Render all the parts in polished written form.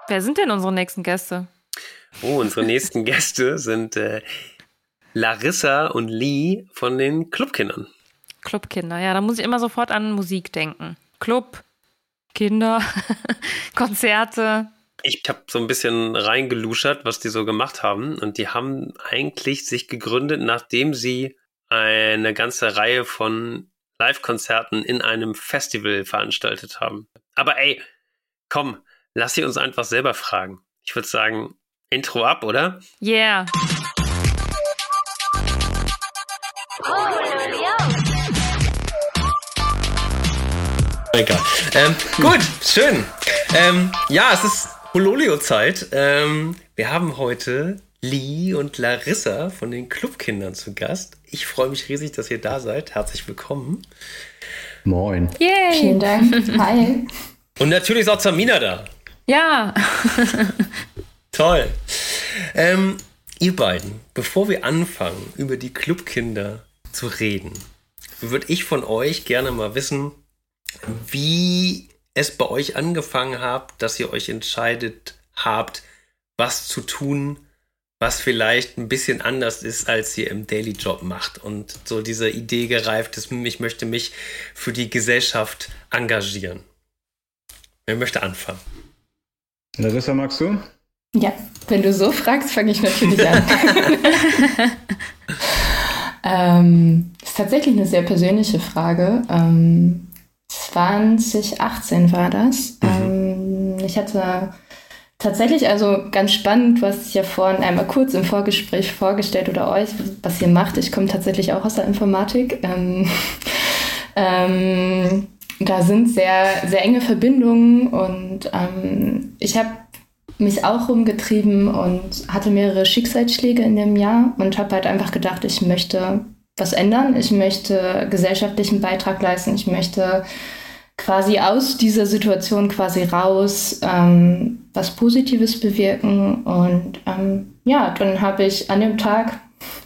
Wer sind denn unsere nächsten Gäste? Oh, unsere nächsten Gäste sind Larissa und Lee von den Clubkindern. Clubkinder, ja, da muss ich immer sofort an Musik denken. Club, Kinder, Konzerte. Ich habe so ein bisschen reingeluschert, was die so gemacht haben. Und die haben eigentlich sich gegründet, nachdem sie eine ganze Reihe von Live-Konzerten in einem Festival veranstaltet haben. Aber ey, komm, lass sie uns einfach selber fragen. Ich würde sagen, Intro ab, oder? Yeah. Egal. Gut, schön. Ja, es ist Pololio-Zeit. Wir haben heute Lee und Larissa von den Clubkindern zu Gast. Ich freue mich riesig, dass ihr da seid. Herzlich willkommen. Moin. Yay. Vielen Dank. Hi. Und natürlich ist auch Samina da. Ja. Toll. Ihr beiden, bevor wir anfangen, über die Clubkinder zu reden, würde ich von euch gerne mal wissen, wie es bei euch angefangen habt, dass ihr euch entscheidet habt, was zu tun, was vielleicht ein bisschen anders ist, als ihr im Daily Job macht und so diese Idee gereift ist, ich möchte mich für die Gesellschaft engagieren. Wer möchte anfangen? Larissa, magst du? Ja, wenn du so fragst, fange ich natürlich an. Ist tatsächlich eine sehr persönliche Frage. 2018 war das. Ich hatte tatsächlich, also ganz spannend, was ich ja vorhin einmal kurz im Vorgespräch vorgestellt oder euch, was ihr macht. Ich komme tatsächlich auch aus der Informatik. Da sind sehr, sehr enge Verbindungen und ich habe mich auch rumgetrieben und hatte mehrere Schicksalsschläge in dem Jahr und habe halt einfach gedacht, ich möchte was ändern, ich möchte gesellschaftlichen Beitrag leisten, ich möchte quasi aus dieser Situation quasi raus was Positives bewirken und ja, dann habe ich an dem Tag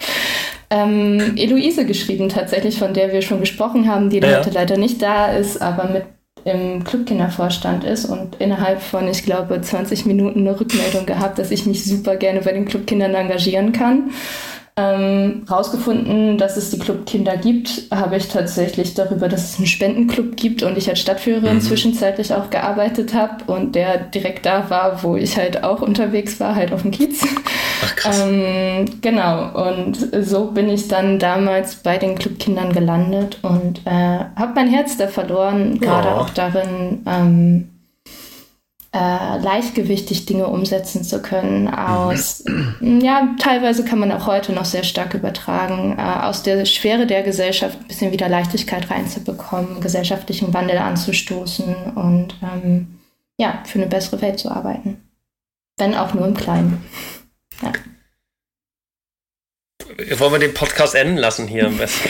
Eloise geschrieben tatsächlich, von der wir schon gesprochen haben, die heute leider nicht da ist, aber mit im Clubkindervorstand ist und innerhalb von, ich glaube, 20 Minuten eine Rückmeldung gehabt, dass ich mich super gerne bei den Clubkindern engagieren kann. Rausgefunden, dass es die Clubkinder gibt, habe ich tatsächlich darüber, dass es einen Spendenclub gibt und ich als Stadtführerin zwischenzeitlich auch gearbeitet habe und der direkt da war, wo ich halt auch unterwegs war, halt auf dem Kiez. Ach, krass. Genau, und so bin ich dann damals bei den Clubkindern gelandet und habe mein Herz da verloren, gerade auch darin, leichtgewichtig Dinge umsetzen zu können ja, teilweise kann man auch heute noch sehr stark übertragen, aus der Schwere der Gesellschaft ein bisschen wieder Leichtigkeit reinzubekommen, gesellschaftlichen Wandel anzustoßen und ja, für eine bessere Welt zu arbeiten. Wenn auch nur im Kleinen. Ja. Wollen wir den Podcast enden lassen hier am besten?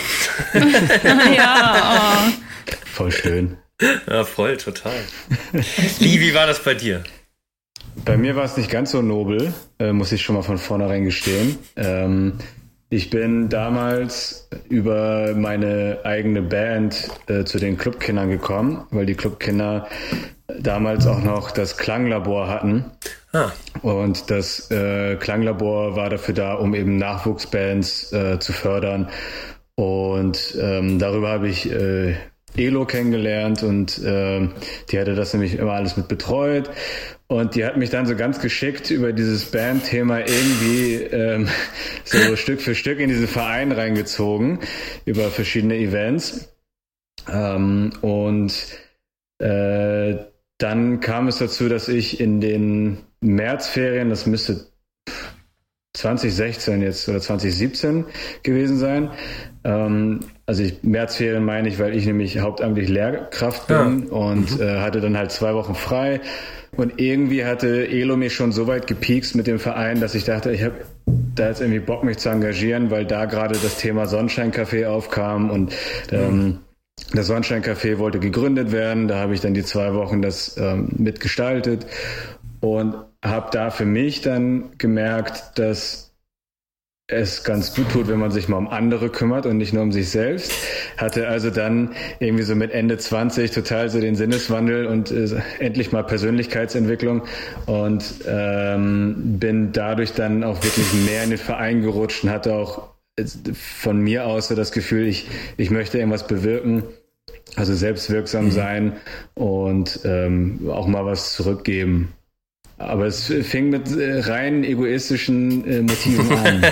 Ja. Voll schön. Ja, voll, total. Wie war das bei dir? Bei mir war es nicht ganz so nobel, muss ich schon mal von vornherein gestehen. Ich bin damals über meine eigene Band zu den Clubkindern gekommen, weil die Clubkinder damals auch noch das Klanglabor hatten. Und das Klanglabor war dafür da, um eben Nachwuchsbands zu fördern. Und darüber habe ich Elo kennengelernt und die hatte das nämlich immer alles mit betreut und die hat mich dann so ganz geschickt über dieses Bandthema irgendwie so Stück für Stück in diesen Verein reingezogen über verschiedene Events und dann kam es dazu, dass ich in den Märzferien, das müsste 2016 jetzt oder 2017 gewesen sein. Also Märzferien meine ich, weil ich nämlich hauptamtlich Lehrkraft bin und hatte dann halt 2 Wochen frei. Und irgendwie hatte Elo mich schon so weit gepiekst mit dem Verein, dass ich dachte, ich habe da jetzt irgendwie Bock, mich zu engagieren, weil da gerade das Thema Sonnenschein-Café aufkam und das Sonnenschein-Café wollte gegründet werden. Da habe ich dann die 2 Wochen das mitgestaltet und habe da für mich dann gemerkt, dass es ganz gut tut, wenn man sich mal um andere kümmert und nicht nur um sich selbst. Hatte also dann irgendwie so mit Ende 20 total so den Sinneswandel und endlich mal Persönlichkeitsentwicklung und bin dadurch dann auch wirklich mehr in den Verein gerutscht und hatte auch von mir aus so das Gefühl, ich möchte irgendwas bewirken, also selbstwirksam sein und auch mal was zurückgeben. Aber es fing mit rein egoistischen Motiven an.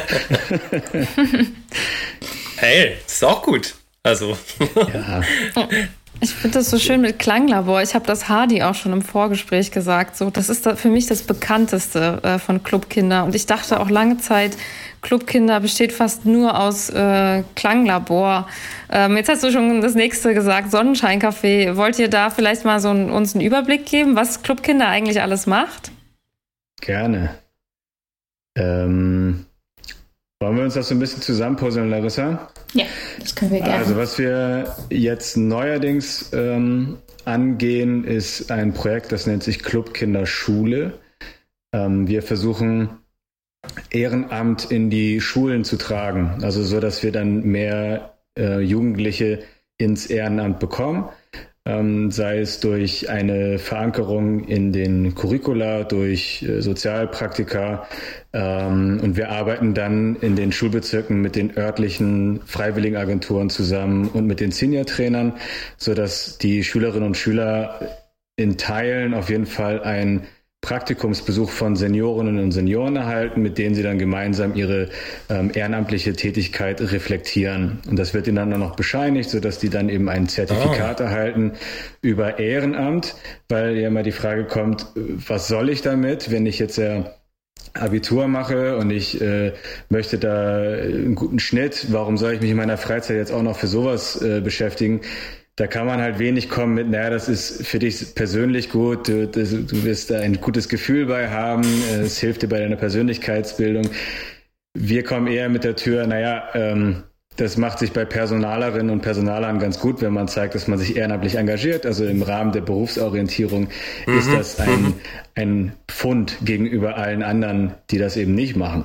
Hey, ist auch gut. Also. Ja. Ich finde das so schön mit Klanglabor. Ich habe das Hardy auch schon im Vorgespräch gesagt. So, das ist für mich das bekannteste von Clubkinder. Und ich dachte auch lange Zeit, Clubkinder besteht fast nur aus Klanglabor. Jetzt hast du schon das nächste gesagt, Sonnenscheincafé. Wollt ihr da vielleicht mal uns einen Überblick geben, was Clubkinder eigentlich alles macht? Gerne. Wollen wir uns das so ein bisschen zusammenpuzzeln, Larissa? Ja, das können wir gerne. Also was wir jetzt neuerdings angehen, ist ein Projekt, das nennt sich Clubkinder Schule. Wir versuchen Ehrenamt in die Schulen zu tragen, also so, dass wir dann mehr Jugendliche ins Ehrenamt bekommen. Sei es durch eine Verankerung in den Curricula, durch Sozialpraktika. Und wir arbeiten dann in den Schulbezirken mit den örtlichen Freiwilligenagenturen zusammen und mit den Senior-Trainern, sodass die Schülerinnen und Schüler in Teilen auf jeden Fall ein Praktikumsbesuch von Seniorinnen und Senioren erhalten, mit denen sie dann gemeinsam ihre ehrenamtliche Tätigkeit reflektieren. Und das wird ihnen dann auch noch bescheinigt, sodass die dann eben ein Zertifikat erhalten über Ehrenamt, weil ja immer die Frage kommt, was soll ich damit, wenn ich jetzt Abitur mache und ich möchte da einen guten Schnitt, warum soll ich mich in meiner Freizeit jetzt auch noch für sowas beschäftigen? Da kann man halt wenig kommen mit, naja, das ist für dich persönlich gut, du wirst da ein gutes Gefühl bei haben, es hilft dir bei deiner Persönlichkeitsbildung. Wir kommen eher mit der Tür, das macht sich bei Personalerinnen und Personalern ganz gut, wenn man zeigt, dass man sich ehrenamtlich engagiert. Also im Rahmen der Berufsorientierung ist das ein Pfund gegenüber allen anderen, die das eben nicht machen.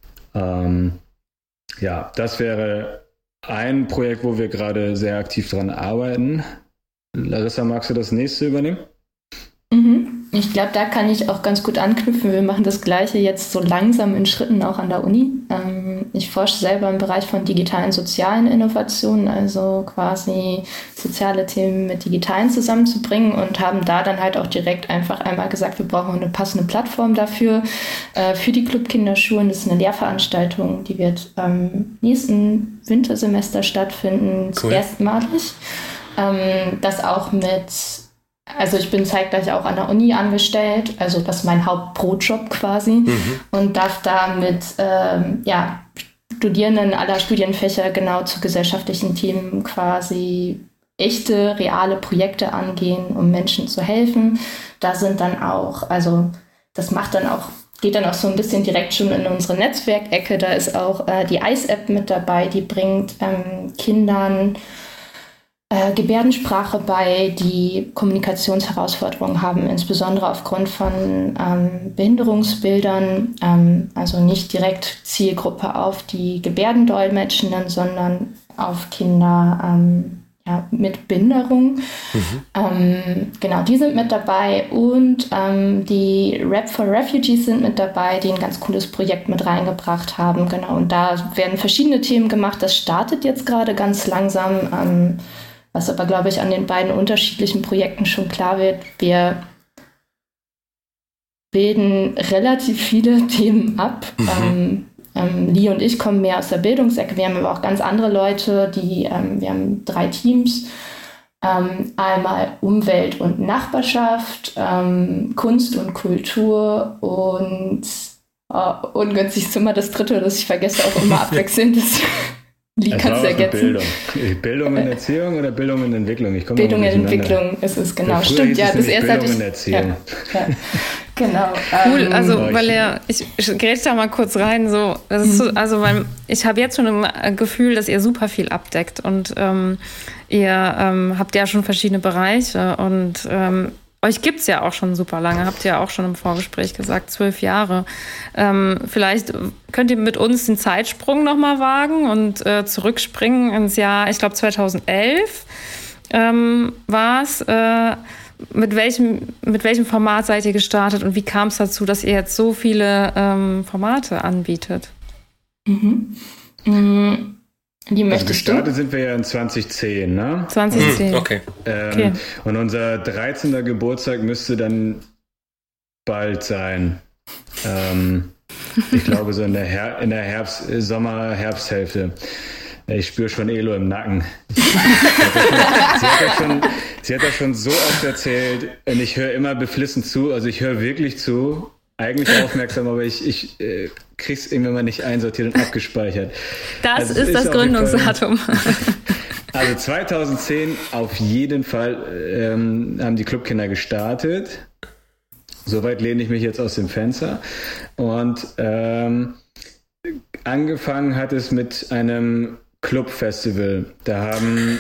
Das wäre ein Projekt, wo wir gerade sehr aktiv dran arbeiten. Larissa, magst du das nächste übernehmen? Ich glaube, da kann ich auch ganz gut anknüpfen. Wir machen das Gleiche jetzt so langsam in Schritten auch an der Uni. Ich forsche selber im Bereich von digitalen sozialen Innovationen, also quasi soziale Themen mit digitalen zusammenzubringen und haben da dann halt auch direkt einfach einmal gesagt, wir brauchen eine passende Plattform dafür, für die Clubkinderschulen. Das ist eine Lehrveranstaltung, die wird nächsten Wintersemester stattfinden, cool. Erstmalig. Das auch also ich bin zeitgleich auch an der Uni angestellt, also das ist mein Hauptbrotjob quasi und darf da mit Studierenden aller Studienfächer genau zu gesellschaftlichen Themen quasi echte, reale Projekte angehen, um Menschen zu helfen. Da sind dann auch, also das geht dann auch so ein bisschen direkt schon in unsere Netzwerkecke. Da ist auch die ICE-App mit dabei, die bringt Kindern Gebärdensprache bei, die Kommunikationsherausforderungen haben, insbesondere aufgrund von Behinderungsbildern, also nicht direkt Zielgruppe auf die Gebärdendolmetschenden, sondern auf Kinder mit Behinderung. Genau, die sind mit dabei und die Rap for Refugees sind mit dabei, die ein ganz cooles Projekt mit reingebracht haben. Genau, und da werden verschiedene Themen gemacht. Das startet jetzt gerade ganz langsam, was aber, glaube ich, an den beiden unterschiedlichen Projekten schon klar wird. Wir bilden relativ viele Themen ab. Lee und ich kommen mehr aus der Bildungsecke. Wir haben aber auch ganz andere Leute, wir haben 3 Teams. Einmal Umwelt und Nachbarschaft, Kunst und Kultur und ungünstig ist immer das dritte, das ich vergesse, auch immer abwechselnd ist. Lee kannst du ergänzen. Bildung in Erziehung oder Bildung in Entwicklung? Bildung in Entwicklung ist es, genau. Stimmt, ja, das erste hatte ich. Bildung in Erziehung. Ja, genau. Cool, also weil ich grätsch da mal kurz rein, so, das ist so, also weil ich habe jetzt schon ein Gefühl, dass ihr super viel abdeckt und ihr habt ja schon verschiedene Bereiche und Euch gibt es ja auch schon super lange, habt ihr ja auch schon im Vorgespräch gesagt, 12 Jahre. Vielleicht könnt ihr mit uns den Zeitsprung nochmal wagen und zurückspringen ins Jahr, ich glaube 2011 war es. Mit welchem Format seid ihr gestartet und wie kam es dazu, dass ihr jetzt so viele Formate anbietet? Die möchtest gestartet sind wir ja in 2010, ne? 2010. Okay. Okay. Und unser 13. Geburtstag müsste dann bald sein. Ich glaube so in der Sommer-Herbsthälfte. Ich spüre schon Elo im Nacken. Sie hat das schon so oft erzählt und ich höre immer beflissen zu. Also ich höre wirklich zu, eigentlich aufmerksam, aber ich krieg's irgendwann mal nicht einsortiert und abgespeichert. Das ist das Gründungsdatum. Also 2010 auf jeden Fall haben die Clubkinder gestartet. Soweit lehne ich mich jetzt aus dem Fenster. Und angefangen hat es mit einem Clubfestival. Da haben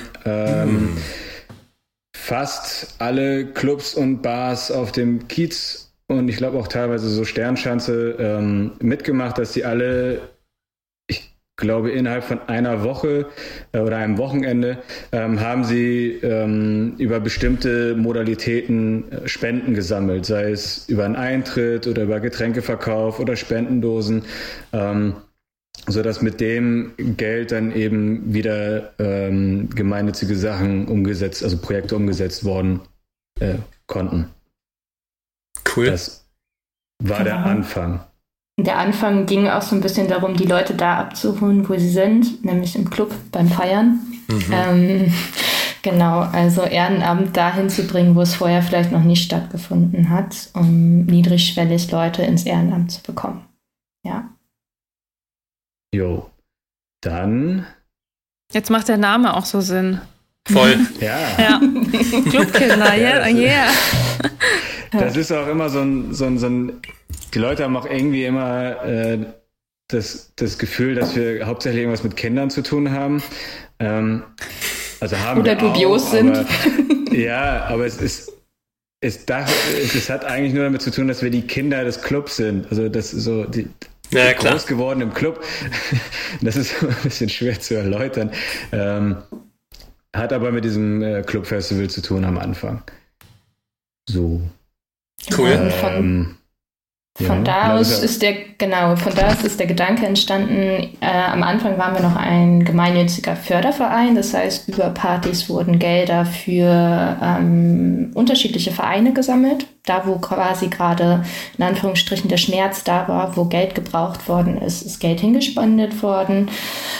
fast alle Clubs und Bars auf dem Kiez und ich glaube auch teilweise so Sternschanze mitgemacht, dass sie alle, ich glaube innerhalb von einer Woche oder einem Wochenende haben sie über bestimmte Modalitäten Spenden gesammelt, sei es über einen Eintritt oder über Getränkeverkauf oder Spendendosen, sodass mit dem Geld dann eben wieder gemeinnützige Sachen umgesetzt, also Projekte umgesetzt worden konnten. Cool. Das war der Anfang. Der Anfang ging auch so ein bisschen darum, die Leute da abzuholen, wo sie sind, nämlich im Club beim Feiern. Genau, also Ehrenamt dahin zu bringen, wo es vorher vielleicht noch nicht stattgefunden hat, um niedrigschwellig Leute ins Ehrenamt zu bekommen. Ja. Jo, dann... Jetzt macht der Name auch so Sinn. Voll. Ja. Clubkinder, yeah. Das ist auch immer so ein die Leute haben auch irgendwie immer das Gefühl, dass wir hauptsächlich irgendwas mit Kindern zu tun haben. Also haben oder wir dubios auch, sind. Aber es hat eigentlich nur damit zu tun, dass wir die Kinder des Clubs sind. Also das ist so groß geworden im Club. Das ist ein bisschen schwer zu erläutern. Hat aber mit diesem Clubfestival zu tun am Anfang. So. Cool. Von da aus ist der Gedanke entstanden. Am Anfang waren wir noch ein gemeinnütziger Förderverein. Das heißt, über Partys wurden Gelder für unterschiedliche Vereine gesammelt. Da, wo quasi gerade in Anführungsstrichen der Schmerz da war, wo Geld gebraucht worden ist, ist Geld hingespendet worden.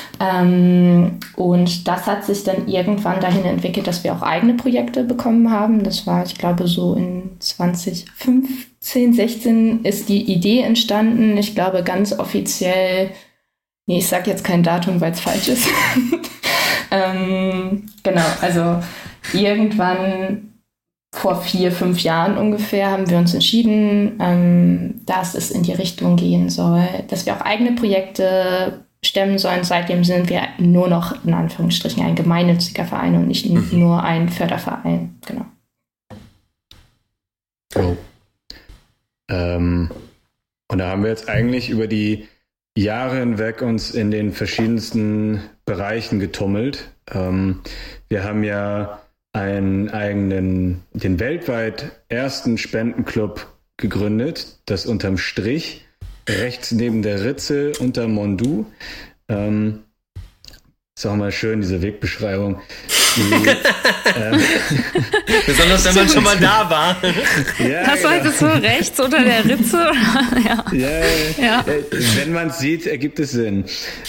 Und das hat sich dann irgendwann dahin entwickelt, dass wir auch eigene Projekte bekommen haben. Das war, ich glaube, so in 2015, 16 ist die Idee entstanden. Ich glaube, ganz offiziell, ich sage jetzt kein Datum, weil es falsch ist. Genau, also irgendwann vor 4-5 Jahren ungefähr haben wir uns entschieden, dass es in die Richtung gehen soll, dass wir auch eigene Projekte stemmen sollen. Seitdem sind wir nur noch in Anführungsstrichen ein gemeinnütziger Verein und nicht nur ein Förderverein. Genau. Oh. Und da haben wir jetzt eigentlich über die Jahre hinweg uns in den verschiedensten Bereichen getummelt. Wir haben ja den weltweit ersten Spendenclub gegründet, das unterm Strich rechts neben der Ritze unter Mondu. Ist auch mal schön, diese Wegbeschreibung. Besonders, wenn man schon mal da war. Ja, hast du jetzt so rechts unter der Ritze? Ja. Wenn man es sieht, ergibt es Sinn.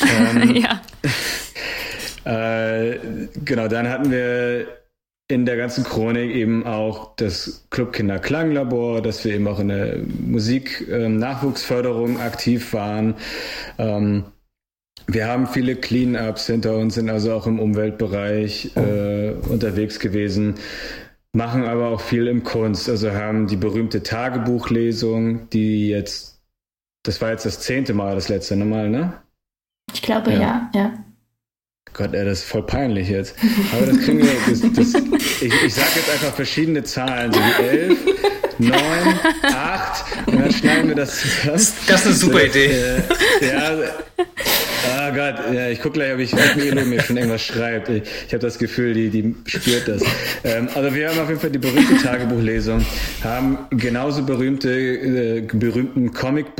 Genau, dann hatten wir in der ganzen Chronik eben auch das Clubkinder Klanglabor, dass wir eben auch in der Musik-Nachwuchsförderung aktiv waren. Wir haben viele Clean-Ups hinter uns, sind also auch im Umweltbereich unterwegs gewesen, machen aber auch viel im Kunst, also haben die berühmte Tagebuchlesung, das war jetzt das 10. Mal, das letzte Mal, ne? Ich glaube, ja. Gott, das ist voll peinlich jetzt. Aber das kriegen wir, ich sage jetzt einfach verschiedene Zahlen, so wie 11, 9, 8 und dann schneiden wir das zusammen. Das ist eine super Idee. Oh Gott, ja, ich gucke gleich, ob Milo mir schon irgendwas schreibt. Ich habe das Gefühl, die spürt das. Also wir haben auf jeden Fall die berühmte Tagebuchlesung, haben genauso berühmten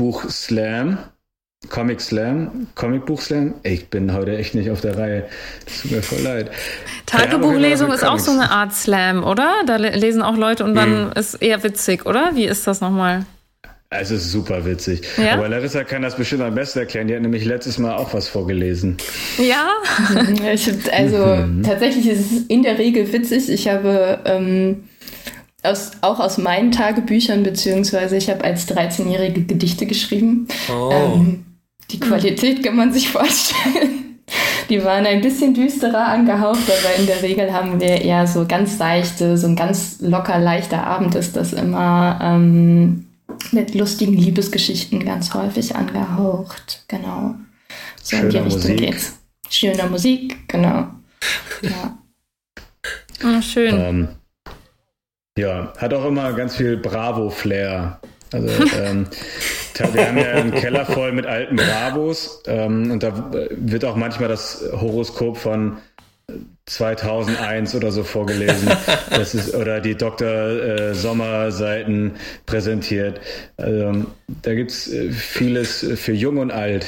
Comicbuch-Slam. Ich bin heute echt nicht auf der Reihe. Das tut mir voll leid. Tagebuchlesung ist auch so eine Art Slam, oder? Da lesen auch Leute und dann ist eher witzig, oder? Wie ist das nochmal? Es ist super witzig. Ja? Aber Larissa kann das bestimmt am besten erklären. Die hat nämlich letztes Mal auch was vorgelesen. Ja? Tatsächlich ist es in der Regel witzig. Ich habe auch aus meinen Tagebüchern, beziehungsweise ich habe als 13-Jährige Gedichte geschrieben. Oh. Die Qualität kann man sich vorstellen. Die waren ein bisschen düsterer angehaucht, aber in der Regel haben wir eher so ganz leichte, so ein ganz locker leichter Abend ist das immer mit lustigen Liebesgeschichten ganz häufig angehaucht. Genau. So in die Richtung geht's. Schöner Musik, genau. Ja. Oh, schön. Ja, hat auch immer ganz viel Bravo-Flair. Also wir haben ja einen Keller voll mit alten Bravos und da wird auch manchmal das Horoskop von 2001 oder so vorgelesen. Oder die Dr. Sommer-Seiten präsentiert. Da gibt es vieles für jung und alt.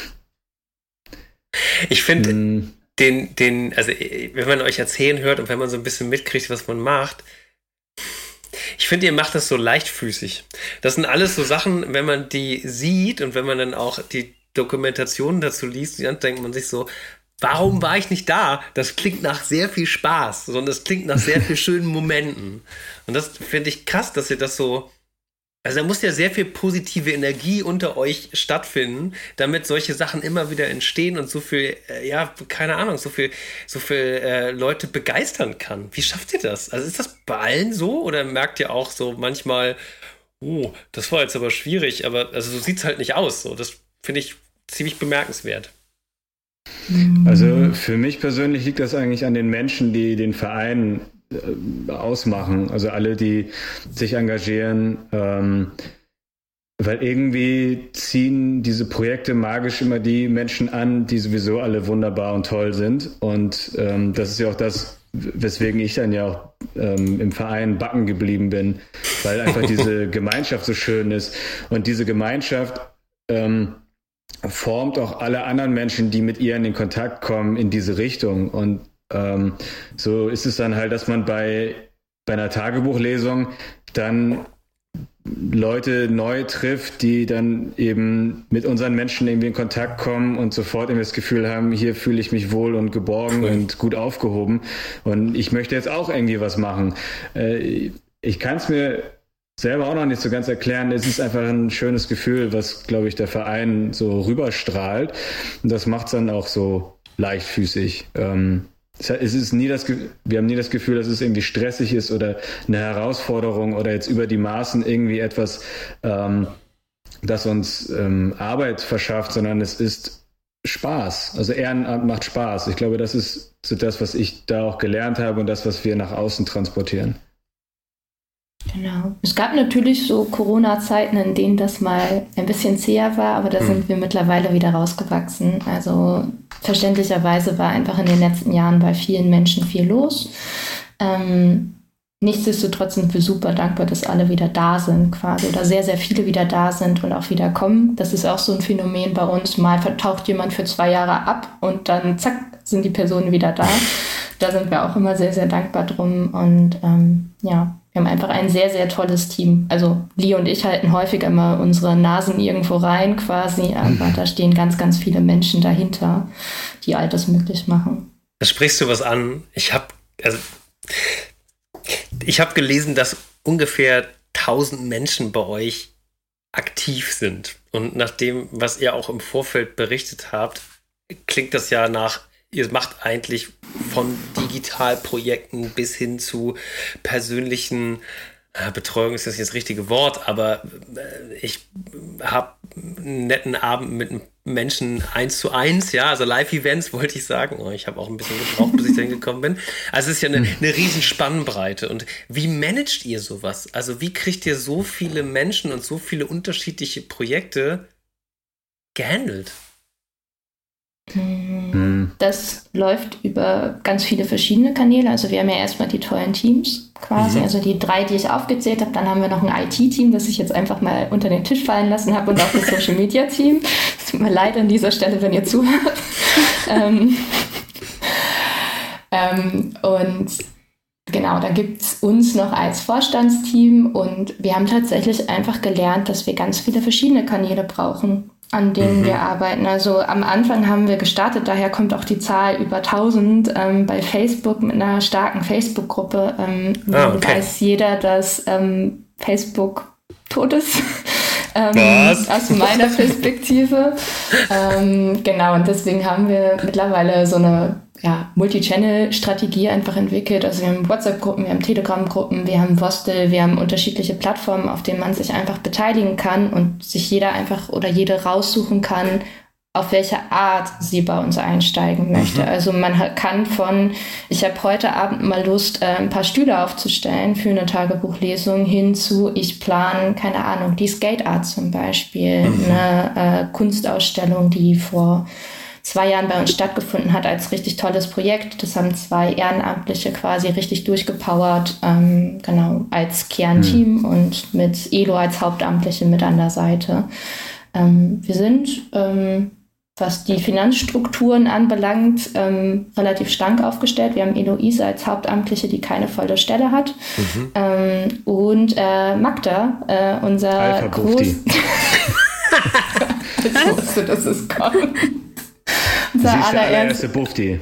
Ich finde also wenn man euch erzählen hört und wenn man so ein bisschen mitkriegt, was man macht, ich finde, ihr macht das so leichtfüßig. Das sind alles so Sachen, wenn man die sieht und wenn man dann auch die Dokumentationen dazu liest, dann denkt man sich so, warum war ich nicht da? Das klingt nach sehr viel Spaß, sondern das klingt nach sehr viel schönen Momenten. Und das finde ich krass, dass ihr das so, also da muss ja sehr viel positive Energie unter euch stattfinden, damit solche Sachen immer wieder entstehen und so viel, keine Ahnung, so viel Leute begeistern kann. Wie schafft ihr das? Also ist das bei allen so oder merkt ihr auch so manchmal, das war jetzt aber schwierig, aber also so sieht's halt nicht aus. So, das finde ich ziemlich bemerkenswert. Also für mich persönlich liegt das eigentlich an den Menschen, die den Verein ausmachen, also alle, die sich engagieren, weil irgendwie ziehen diese Projekte magisch immer die Menschen an, die sowieso alle wunderbar und toll sind und das ist ja auch das, weswegen ich dann ja auch im Verein backen geblieben bin, weil einfach diese Gemeinschaft so schön ist und diese Gemeinschaft formt auch alle anderen Menschen, die mit ihr in den Kontakt kommen, in diese Richtung und so ist es dann halt, dass man bei einer Tagebuchlesung dann Leute neu trifft, die dann eben mit unseren Menschen irgendwie in Kontakt kommen und sofort irgendwie das Gefühl haben, hier fühle ich mich wohl und geborgen und gut aufgehoben und ich möchte jetzt auch irgendwie was machen. Ich kann es mir selber auch noch nicht so ganz erklären. Es ist einfach ein schönes Gefühl, was, glaube ich, der Verein so rüberstrahlt und das macht es dann auch so leichtfüßig. Es ist wir haben nie das Gefühl, dass es irgendwie stressig ist oder eine Herausforderung oder jetzt über die Maßen irgendwie etwas, das uns Arbeit verschafft, sondern es ist Spaß. Also Ehrenamt macht Spaß. Ich glaube, das ist so das, was ich da auch gelernt habe und das, was wir nach außen transportieren. Genau. Es gab natürlich so Corona-Zeiten, in denen das mal ein bisschen zäher war, aber da sind wir mittlerweile wieder rausgewachsen. Also verständlicherweise war einfach in den letzten Jahren bei vielen Menschen viel los. Nichtsdestotrotz sind wir super dankbar, dass alle wieder da sind quasi oder sehr, sehr viele wieder da sind und auch wieder kommen. Das ist auch so ein Phänomen bei uns. Mal taucht jemand für 2 Jahre ab und dann zack, sind die Personen wieder da. Da sind wir auch immer sehr, sehr dankbar drum und wir haben einfach ein sehr, sehr tolles Team. Also Lee und ich halten häufig immer unsere Nasen irgendwo rein quasi, aber da stehen ganz, ganz viele Menschen dahinter, die all das möglich machen. Da sprichst du was an. Ich habe gelesen, dass ungefähr 1000 Menschen bei euch aktiv sind. Und nach dem, was ihr auch im Vorfeld berichtet habt, klingt das ja nach, ihr macht eigentlich von Digitalprojekten bis hin zu persönlichen Betreuung ist das nicht das richtige Wort, aber ich habe einen netten Abend mit Menschen 1:1, ja, also Live-Events wollte ich sagen. Oh, ich habe auch ein bisschen gebraucht, bis ich dahin gekommen bin. Also es ist ja eine riesen Spannbreite. Und wie managt ihr sowas? Also wie kriegt ihr so viele Menschen und so viele unterschiedliche Projekte gehandelt? Das läuft über ganz viele verschiedene Kanäle. Also wir haben ja erstmal die tollen Teams quasi, also die 3, die ich aufgezählt habe. Dann haben wir noch ein IT-Team, das ich jetzt einfach mal unter den Tisch fallen lassen habe, und auch das Social-Media-Team. Es tut mir leid an dieser Stelle, wenn ihr zuhört. Und genau, da gibt es uns noch als Vorstandsteam, und wir haben tatsächlich einfach gelernt, dass wir ganz viele verschiedene Kanäle brauchen, an denen wir arbeiten. Also am Anfang haben wir gestartet, daher kommt auch die Zahl über 1000 bei Facebook mit einer starken Facebook-Gruppe. Weiß jeder, dass Facebook tot ist. Aus meiner Perspektive. Genau, und deswegen haben wir mittlerweile so eine Multi-Channel-Strategie einfach entwickelt. Also wir haben WhatsApp-Gruppen, wir haben Telegram-Gruppen, wir haben Vostel, wir haben unterschiedliche Plattformen, auf denen man sich einfach beteiligen kann und sich jeder einfach oder jede raussuchen kann, auf welche Art sie bei uns einsteigen möchte. Also man kann ich habe heute Abend mal Lust, ein paar Stühle aufzustellen für eine Tagebuchlesung, hin zu, ich plane, keine Ahnung, die Skate Art zum Beispiel, eine Kunstausstellung, die vor 2 Jahren bei uns stattgefunden hat als richtig tolles Projekt. Das haben 2 Ehrenamtliche quasi richtig durchgepowert, genau, als Kernteam und mit Elo als Hauptamtliche mit an der Seite. Wir sind, was die Finanzstrukturen anbelangt, relativ schlank aufgestellt. Wir haben Eloise als Hauptamtliche, die keine volle Stelle hat. Und Magda, unser Ich wusste, dass es kommt. Unser allererste Bufti.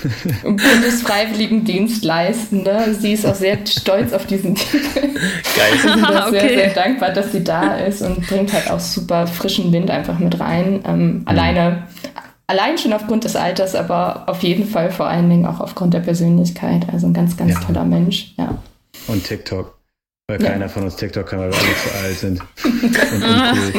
Bundesfreiwilligendienstleistende. Sie ist auch sehr stolz auf diesen Titel. Geil. Wir sind sehr, sehr dankbar, dass sie da ist, und bringt halt auch super frischen Wind einfach mit rein. Allein schon aufgrund des Alters, aber auf jeden Fall vor allen Dingen auch aufgrund der Persönlichkeit. Also ein ganz, ganz toller Mensch. Ja. Und TikTok. Weil keiner von uns TikTok kann, weil wir alle zu alt sind. Und uncool.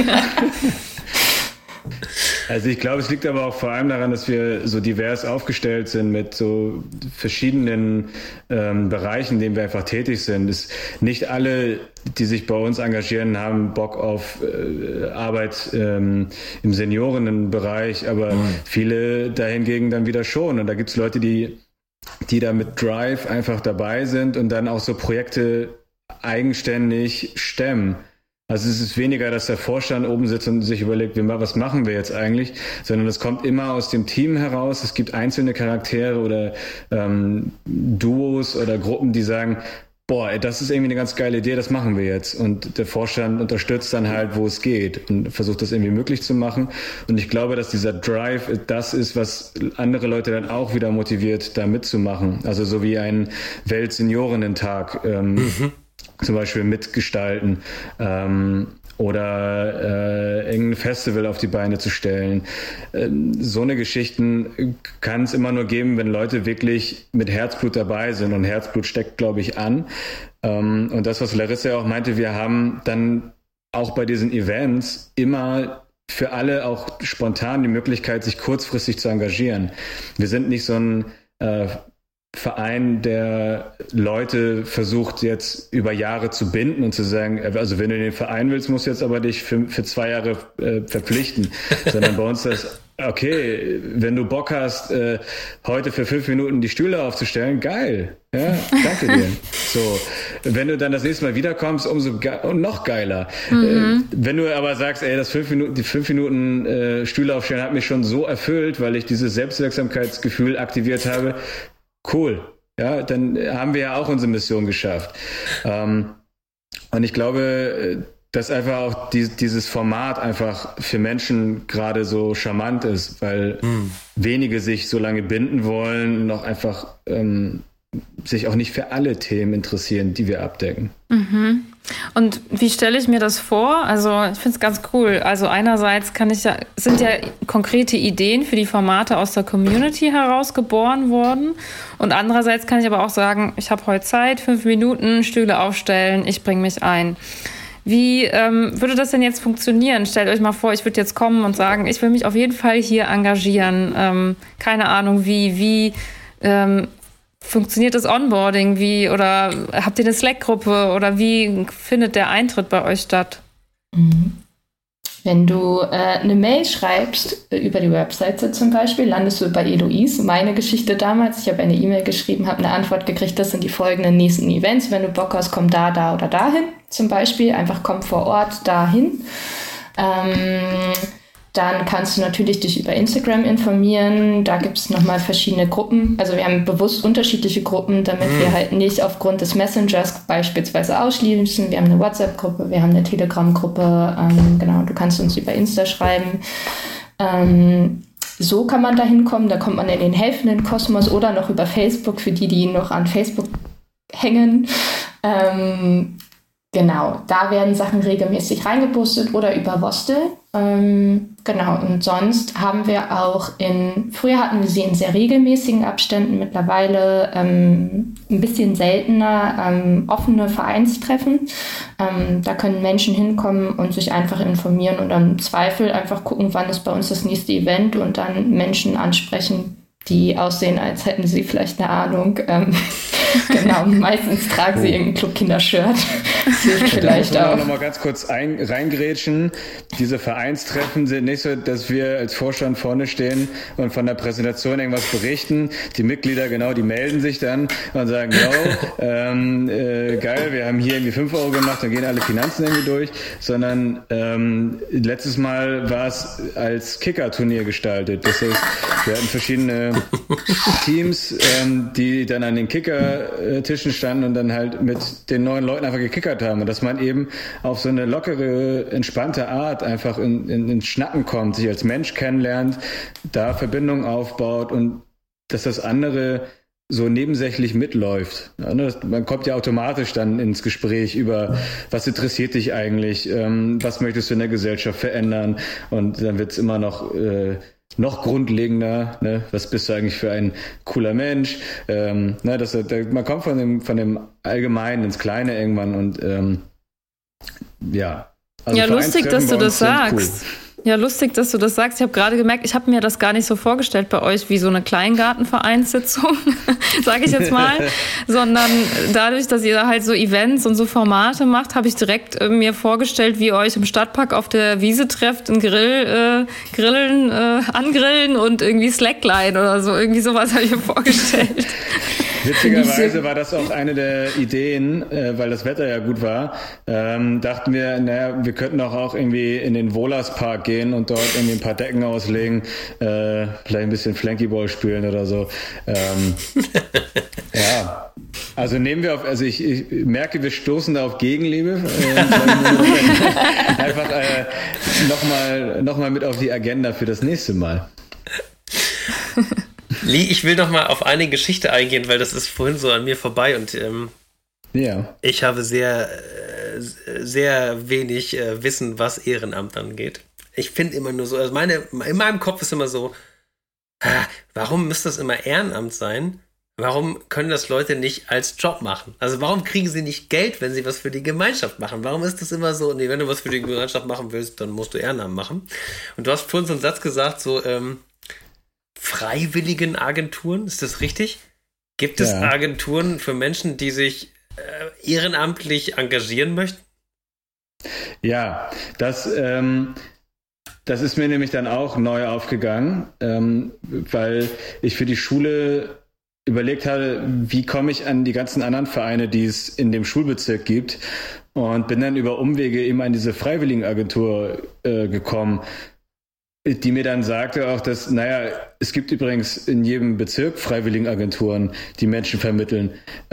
Also ich glaube, es liegt aber auch vor allem daran, dass wir so divers aufgestellt sind mit so verschiedenen Bereichen, in denen wir einfach tätig sind. Nicht alle, die sich bei uns engagieren, haben Bock auf Arbeit im Seniorinnenbereich, aber viele dahingegen dann wieder schon. Und da gibt es Leute, die da mit Drive einfach dabei sind und dann auch so Projekte eigenständig stemmen. Also es ist weniger, dass der Vorstand oben sitzt und sich überlegt, was machen wir jetzt eigentlich, sondern es kommt immer aus dem Team heraus. Es gibt einzelne Charaktere oder Duos oder Gruppen, die sagen, das ist irgendwie eine ganz geile Idee, das machen wir jetzt. Und der Vorstand unterstützt dann halt, wo es geht, und versucht das irgendwie möglich zu machen. Und ich glaube, dass dieser Drive das ist, was andere Leute dann auch wieder motiviert, da mitzumachen. Also so wie ein Weltseniorinnen-Tag. Zum Beispiel mitgestalten oder irgendein Festival auf die Beine zu stellen. So eine Geschichten kann es immer nur geben, wenn Leute wirklich mit Herzblut dabei sind, und Herzblut steckt, glaube ich, an. Und das, was Larissa auch meinte, wir haben dann auch bei diesen Events immer für alle auch spontan die Möglichkeit, sich kurzfristig zu engagieren. Wir sind nicht so ein Verein, der Leute versucht jetzt über Jahre zu binden und zu sagen, also wenn du in den Verein willst, musst du jetzt aber dich für 2 Jahre verpflichten. Sondern bei uns das, okay, wenn du Bock hast, heute für 5 Minuten die Stühle aufzustellen, geil. Ja, danke dir. So, wenn du dann das nächste Mal wiederkommst, und noch geiler. Wenn du aber sagst, die 5 Minuten Stühle aufstellen hat mich schon so erfüllt, weil ich dieses Selbstwirksamkeitsgefühl aktiviert habe, cool, ja, dann haben wir ja auch unsere Mission geschafft. Und ich glaube, dass einfach auch dieses Format einfach für Menschen gerade so charmant ist, weil wenige sich so lange binden wollen und auch einfach sich auch nicht für alle Themen interessieren, die wir abdecken. Und wie stelle ich mir das vor? Also ich finde es ganz cool. Also einerseits sind ja konkrete Ideen für die Formate aus der Community heraus geboren worden. Und andererseits kann ich aber auch sagen, ich habe heute Zeit, 5 Minuten, Stühle aufstellen, ich bringe mich ein. Wie würde das denn jetzt funktionieren? Stellt euch mal vor, ich würde jetzt kommen und sagen, ich will mich auf jeden Fall hier engagieren. Keine Ahnung, wie funktioniert das Onboarding? Oder habt ihr eine Slack-Gruppe? Oder wie findet der Eintritt bei euch statt? Wenn du eine Mail schreibst über die Webseite zum Beispiel, landest du bei Eloise. Meine Geschichte damals, ich habe eine E-Mail geschrieben, habe eine Antwort gekriegt, das sind die folgenden nächsten Events. Wenn du Bock hast, komm da oder dahin zum Beispiel. Einfach komm vor Ort dahin. Dann kannst du natürlich dich über Instagram informieren. Da gibt es nochmal verschiedene Gruppen. Also wir haben bewusst unterschiedliche Gruppen, damit wir halt nicht aufgrund des Messengers beispielsweise ausschließen. Wir haben eine WhatsApp-Gruppe, wir haben eine Telegram-Gruppe. Genau, du kannst uns über Insta schreiben. So kann man da hinkommen. Da kommt man in den helfenden Kosmos oder noch über Facebook, für die noch an Facebook hängen. Genau, da werden Sachen regelmäßig reingepostet oder über Vostel. Genau, und sonst haben wir auch früher hatten wir sie in sehr regelmäßigen Abständen, mittlerweile ein bisschen seltener offene Vereinstreffen. Da können Menschen hinkommen und sich einfach informieren und im Zweifel einfach gucken, wann ist bei uns das nächste Event und dann Menschen ansprechen, die aussehen, als hätten sie vielleicht eine Ahnung. Genau, meistens tragen sie irgendein Clubkinder-Shirt. Vielleicht auch. Noch mal ganz kurz reingrätschen. Diese Vereinstreffen sind nicht so, dass wir als Vorstand vorne stehen und von der Präsentation irgendwas berichten. Die Mitglieder, genau, die melden sich dann und sagen, geil, wir haben hier irgendwie 5 Euro gemacht, dann gehen alle Finanzen irgendwie durch. Sondern letztes Mal war es als Kicker-Turnier gestaltet. Das heißt, wir hatten verschiedene Teams, die dann an den Kicker-Tischen standen und dann halt mit den neuen Leuten einfach gekickert haben. Und dass man eben auf so eine lockere, entspannte Art einfach ins Schnacken kommt, sich als Mensch kennenlernt, da Verbindungen aufbaut und dass das andere so nebensächlich mitläuft. Ja, ne? Man kommt ja automatisch dann ins Gespräch über, was interessiert dich eigentlich, was möchtest du in der Gesellschaft verändern, und dann wird's immer noch grundlegender, ne? Was bist du eigentlich für ein cooler Mensch? Man kommt von dem Allgemeinen ins Kleine irgendwann und ja. Also ja, lustig, dass du das sagst. Cool. Ja, lustig, dass du das sagst. Ich habe gerade gemerkt, ich habe mir das gar nicht so vorgestellt bei euch wie so eine Kleingartenvereinssitzung, sage ich jetzt mal, sondern dadurch, dass ihr halt so Events und so Formate macht, habe ich direkt mir vorgestellt, wie ihr euch im Stadtpark auf der Wiese trefft, einen angrillen und irgendwie Slackline oder so. Irgendwie sowas habe ich mir vorgestellt. Witzigerweise war das auch eine der Ideen, weil das Wetter ja gut war, dachten wir, wir könnten auch irgendwie in den Wohlers-Park gehen und dort irgendwie ein paar Decken auslegen, vielleicht ein bisschen Flankyball spielen oder so. Ja, also ich merke, wir stoßen da auf Gegenliebe. Einfach noch mal mit auf die Agenda für das nächste Mal. Lee, ich will noch mal auf eine Geschichte eingehen, weil das ist vorhin so an mir vorbei und ich habe sehr, sehr wenig Wissen, was Ehrenamt angeht. Ich finde immer nur so, also in meinem Kopf ist immer so, warum müsste das immer Ehrenamt sein? Warum können das Leute nicht als Job machen? Also warum kriegen sie nicht Geld, wenn sie was für die Gemeinschaft machen? Warum ist das immer so, wenn du was für die Gemeinschaft machen willst, dann musst du Ehrenamt machen? Und du hast vorhin so einen Satz gesagt, so, freiwilligen Agenturen, ist das richtig? Gibt es Agenturen für Menschen, die sich ehrenamtlich engagieren möchten? Ja, das ist mir nämlich dann auch neu aufgegangen, weil ich für die Schule überlegt habe, wie komme ich an die ganzen anderen Vereine, die es in dem Schulbezirk gibt, und bin dann über Umwege eben an diese Freiwilligenagentur gekommen, die mir dann sagte auch, dass, es gibt übrigens in jedem Bezirk Freiwilligenagenturen, die Menschen vermitteln.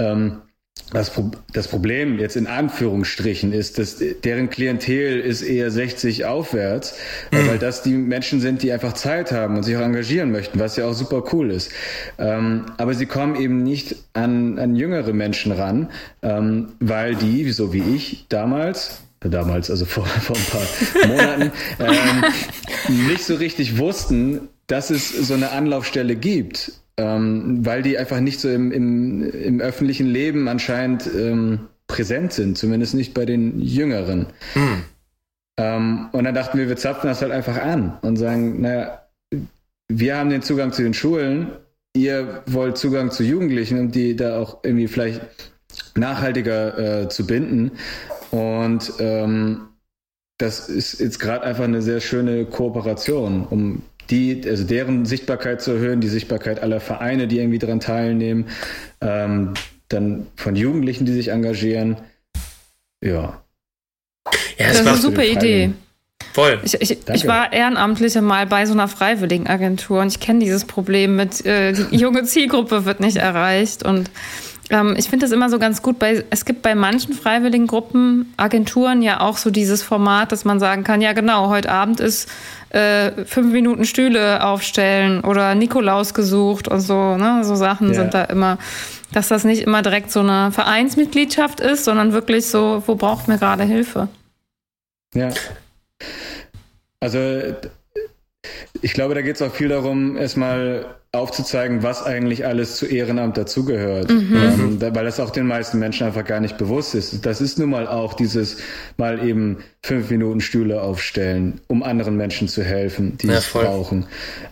Das Problem jetzt in Anführungsstrichen ist, dass deren Klientel ist eher 60 aufwärts, weil das die Menschen sind, die einfach Zeit haben und sich auch engagieren möchten, was ja auch super cool ist. Aber sie kommen eben nicht an jüngere Menschen ran, weil die, so wie ich damals, also vor ein paar Monaten, nicht so richtig wussten, dass es so eine Anlaufstelle gibt, weil die einfach nicht so im öffentlichen Leben anscheinend präsent sind, zumindest nicht bei den Jüngeren. Und dann dachten wir zapfen das halt einfach an und sagen, naja, wir haben den Zugang zu den Schulen, ihr wollt Zugang zu Jugendlichen, um die da auch irgendwie vielleicht nachhaltiger zu binden. Und das ist jetzt gerade einfach eine sehr schöne Kooperation, um deren Sichtbarkeit zu erhöhen, die Sichtbarkeit aller Vereine, die irgendwie daran teilnehmen, dann von Jugendlichen, die sich engagieren. Ja. Ja, das ist eine super Idee. Voll. Ich war Ehrenamtliche mal bei so einer Freiwilligenagentur und ich kenne dieses Problem mit, die junge Zielgruppe wird nicht erreicht. Und ich finde das immer so ganz gut, es gibt bei manchen Freiwilligengruppen, Agenturen ja auch so dieses Format, dass man sagen kann, ja genau, heute Abend ist 5 Minuten Stühle aufstellen oder Nikolaus gesucht und so, ne? So Sachen sind da immer, dass das nicht immer direkt so eine Vereinsmitgliedschaft ist, sondern wirklich so, wo braucht mir gerade Hilfe? Ja. Also ich glaube, da geht es auch viel darum, erstmal aufzuzeigen, was eigentlich alles zu Ehrenamt dazugehört. Weil das auch den meisten Menschen einfach gar nicht bewusst ist. Das ist nun mal auch dieses mal eben 5 Minuten Stühle aufstellen, um anderen Menschen zu helfen, die es brauchen.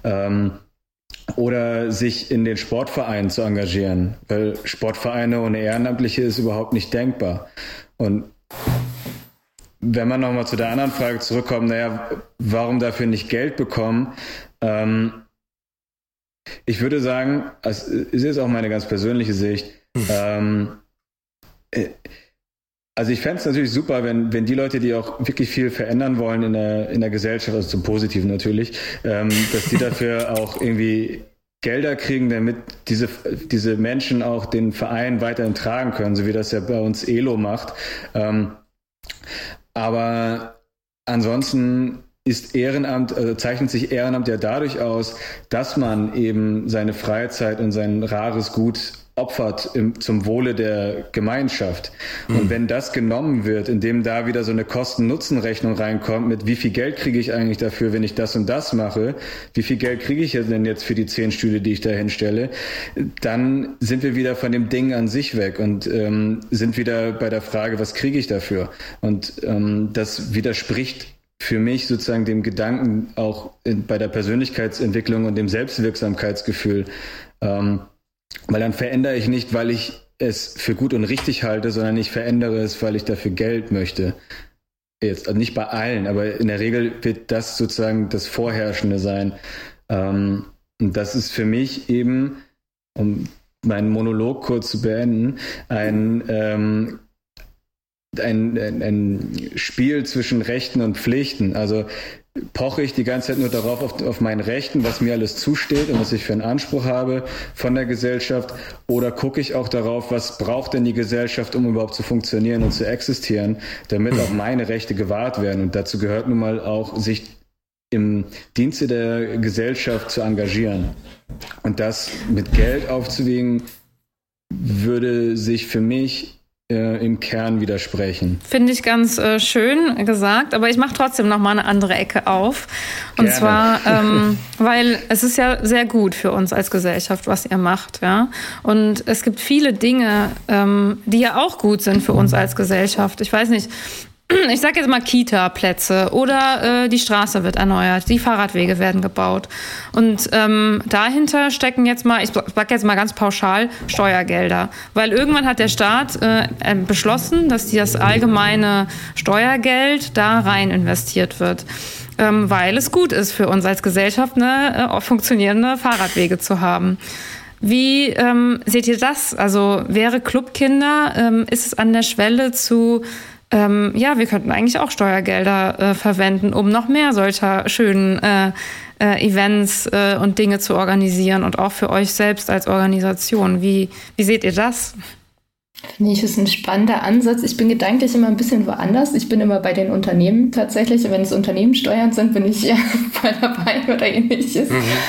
Oder sich in den Sportvereinen zu engagieren, weil Sportvereine ohne Ehrenamtliche ist überhaupt nicht denkbar. Und wenn man nochmal zu der anderen Frage zurückkommt, naja, warum dafür nicht Geld bekommen? Ich würde sagen, es ist auch meine ganz persönliche Sicht, also ich fände es natürlich super, wenn die Leute, die auch wirklich viel verändern wollen in der Gesellschaft, also zum Positiven natürlich, dass die dafür auch irgendwie Gelder kriegen, damit diese Menschen auch den Verein weiterhin tragen können, so wie das ja bei uns ELO macht. Aber ansonsten zeichnet sich Ehrenamt ja dadurch aus, dass man eben seine Freizeit und sein rares Gut opfert zum Wohle der Gemeinschaft. Und wenn das genommen wird, indem da wieder so eine Kosten-Nutzen-Rechnung reinkommt mit wie viel Geld kriege ich eigentlich dafür, wenn ich das und das mache, wie viel Geld kriege ich denn jetzt für die 10 Stühle, die ich da hinstelle, dann sind wir wieder von dem Ding an sich weg und sind wieder bei der Frage, was kriege ich dafür? Und das widerspricht für mich sozusagen dem Gedanken auch bei der Persönlichkeitsentwicklung und dem Selbstwirksamkeitsgefühl, weil dann verändere ich nicht, weil ich es für gut und richtig halte, sondern ich verändere es, weil ich dafür Geld möchte. Jetzt also nicht bei allen, aber in der Regel wird das sozusagen das Vorherrschende sein. Und das ist für mich eben, um meinen Monolog kurz zu beenden, ein Spiel zwischen Rechten und Pflichten. Also poche ich die ganze Zeit nur darauf auf meinen Rechten, was mir alles zusteht und was ich für einen Anspruch habe von der Gesellschaft, oder gucke ich auch darauf, was braucht denn die Gesellschaft, um überhaupt zu funktionieren und zu existieren, damit auch meine Rechte gewahrt werden. Und dazu gehört nun mal auch, sich im Dienste der Gesellschaft zu engagieren. Und das mit Geld aufzuwiegen, würde sich für mich im Kern widersprechen. Finde ich ganz schön gesagt, aber ich mache trotzdem noch mal eine andere Ecke auf. Und Gerne. zwar, weil es ist ja sehr gut für uns als Gesellschaft, was ihr macht, ja. Und es gibt viele Dinge, die ja auch gut sind für uns als Gesellschaft. Ich weiß nicht, ich sage jetzt mal Kita-Plätze oder die Straße wird erneuert, die Fahrradwege werden gebaut. Und dahinter stecken jetzt mal, ich sage jetzt mal ganz pauschal, Steuergelder. Weil irgendwann hat der Staat beschlossen, dass das allgemeine Steuergeld da rein investiert wird. Weil es gut ist für uns als Gesellschaft, funktionierende Fahrradwege zu haben. Wie seht ihr das? Also wäre Clubkinder, ist es an der Schwelle zu wir könnten eigentlich auch Steuergelder verwenden, um noch mehr solcher schönen Events und Dinge zu organisieren und auch für euch selbst als Organisation. Wie seht ihr das? Finde ich, ist ein spannender Ansatz. Ich bin gedanklich immer ein bisschen woanders. Ich bin immer bei den Unternehmen tatsächlich. Wenn es Unternehmenssteuern sind, bin ich ja voll dabei oder ähnliches.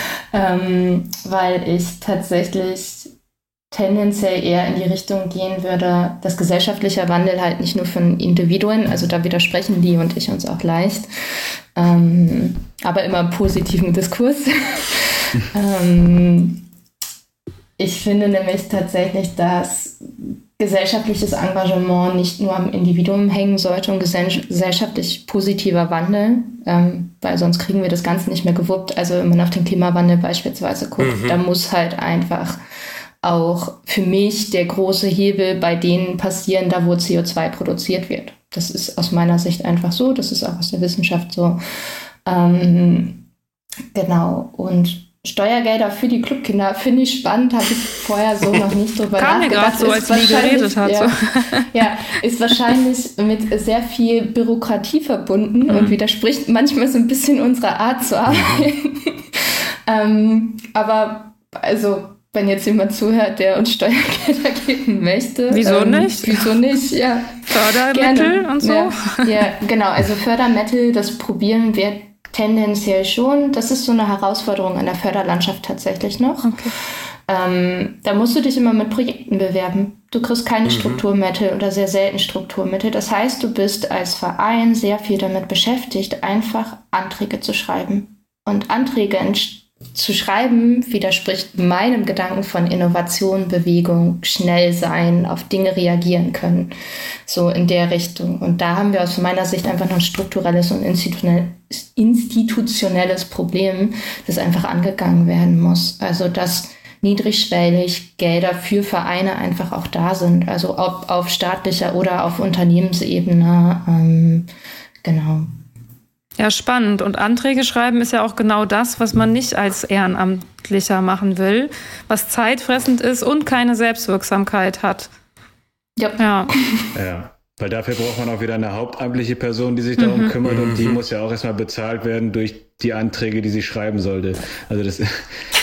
Weil ich tatsächlich tendenziell eher in die Richtung gehen würde, dass gesellschaftlicher Wandel halt nicht nur von Individuen, also da widersprechen die und ich uns auch leicht, aber immer im positiven Diskurs. Ich finde nämlich tatsächlich, dass gesellschaftliches Engagement nicht nur am Individuum hängen sollte und gesellschaftlich positiver Wandel, weil sonst kriegen wir das Ganze nicht mehr gewuppt. Also wenn man auf den Klimawandel beispielsweise guckt, da muss halt einfach auch für mich der große Hebel bei denen passieren, da wo CO2 produziert wird. Das ist aus meiner Sicht einfach so, das ist auch aus der Wissenschaft so. Genau, und Steuergelder für die Clubkinder finde ich spannend, habe ich vorher so noch nicht drüber nachgedacht. Kam mir gerade so, als Lee geredet hat. Ja, ja, ist wahrscheinlich mit sehr viel Bürokratie verbunden und widerspricht manchmal so ein bisschen unserer Art zu arbeiten. Aber also, wenn jetzt jemand zuhört, der uns Steuergelder geben möchte. Wieso nicht? Wieso nicht, ja. Fördermittel gerne. Und so. Ja, genau, also Fördermittel, das probieren wir tendenziell schon. Das ist so eine Herausforderung an der Förderlandschaft tatsächlich noch. Okay. Da musst du dich immer mit Projekten bewerben. Du kriegst keine Strukturmittel oder sehr selten Strukturmittel. Das heißt, du bist als Verein sehr viel damit beschäftigt, einfach Anträge zu schreiben. Und Anträge zu schreiben widerspricht meinem Gedanken von Innovation, Bewegung, schnell sein, auf Dinge reagieren können. So in der Richtung. Und da haben wir aus meiner Sicht einfach noch ein strukturelles und institutionelles Problem, das einfach angegangen werden muss. Also dass niedrigschwellig Gelder für Vereine einfach auch da sind. Also ob auf staatlicher oder auf Unternehmensebene. Genau. Ja, spannend. Und Anträge schreiben ist ja auch genau das, was man nicht als Ehrenamtlicher machen will, was zeitfressend ist und keine Selbstwirksamkeit hat. Ja. Weil dafür braucht man auch wieder eine hauptamtliche Person, die sich darum kümmert und die muss ja auch erstmal bezahlt werden durch die Anträge, die sie schreiben sollte. Also das ist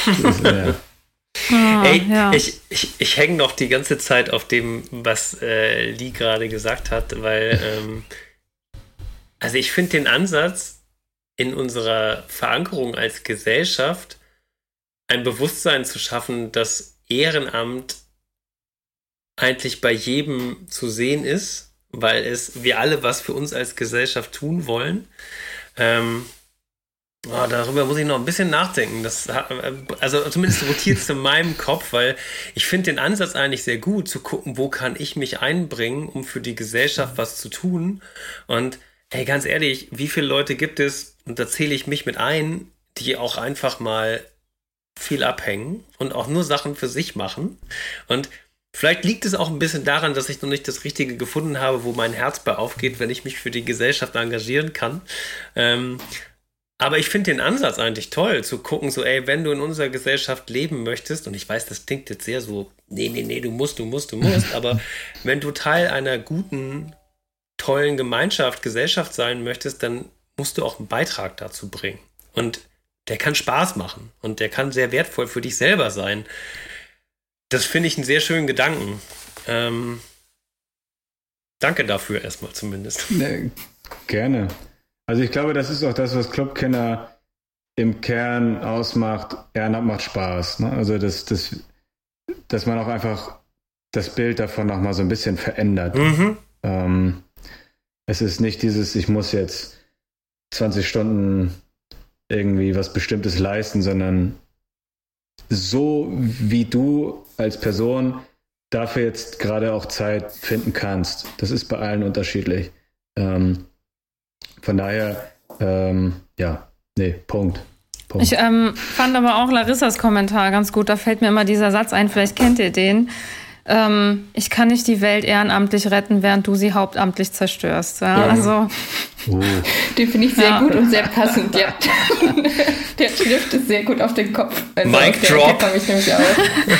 Ich hänge noch die ganze Zeit auf dem, was Lee gerade gesagt hat, weil also ich finde den Ansatz in unserer Verankerung als Gesellschaft, ein Bewusstsein zu schaffen, dass Ehrenamt eigentlich bei jedem zu sehen ist, weil wir alle was für uns als Gesellschaft tun wollen. Darüber muss ich noch ein bisschen nachdenken. Also zumindest rotiert es in meinem Kopf, weil ich finde den Ansatz eigentlich sehr gut, zu gucken, wo kann ich mich einbringen, um für die Gesellschaft was zu tun. Und hey, ganz ehrlich, wie viele Leute gibt es, und da zähle ich mich mit ein, die auch einfach mal viel abhängen und auch nur Sachen für sich machen. Und vielleicht liegt es auch ein bisschen daran, dass ich noch nicht das Richtige gefunden habe, wo mein Herz bei aufgeht, wenn ich mich für die Gesellschaft engagieren kann. Aber ich finde den Ansatz eigentlich toll, zu gucken, so, ey, wenn du in unserer Gesellschaft leben möchtest, und ich weiß, das klingt jetzt sehr so, nee, du musst, aber wenn du Teil einer guten, tollen Gesellschaft sein möchtest, dann musst du auch einen Beitrag dazu bringen. Und der kann Spaß machen und der kann sehr wertvoll für dich selber sein. Das finde ich einen sehr schönen Gedanken. Danke dafür erstmal zumindest. Gerne. Also ich glaube, das ist auch das, was Clubkinder im Kern ausmacht. Ehrenamt macht Spaß. Ne? Also dass man auch einfach das Bild davon nochmal so ein bisschen verändert. Es ist nicht dieses, ich muss jetzt 20 Stunden irgendwie was Bestimmtes leisten, sondern so wie du als Person dafür jetzt gerade auch Zeit finden kannst. Das ist bei allen unterschiedlich. Von daher, Punkt. Ich fand aber auch Larissas Kommentar ganz gut. Da fällt mir immer dieser Satz ein, vielleicht kennt ihr den. Ich kann nicht die Welt ehrenamtlich retten, während du sie hauptamtlich zerstörst. Ja, also. Den finde ich sehr gut und sehr passend, ja. Der trifft es sehr gut auf den Kopf. Also Mic Drop. Ich nämlich auch.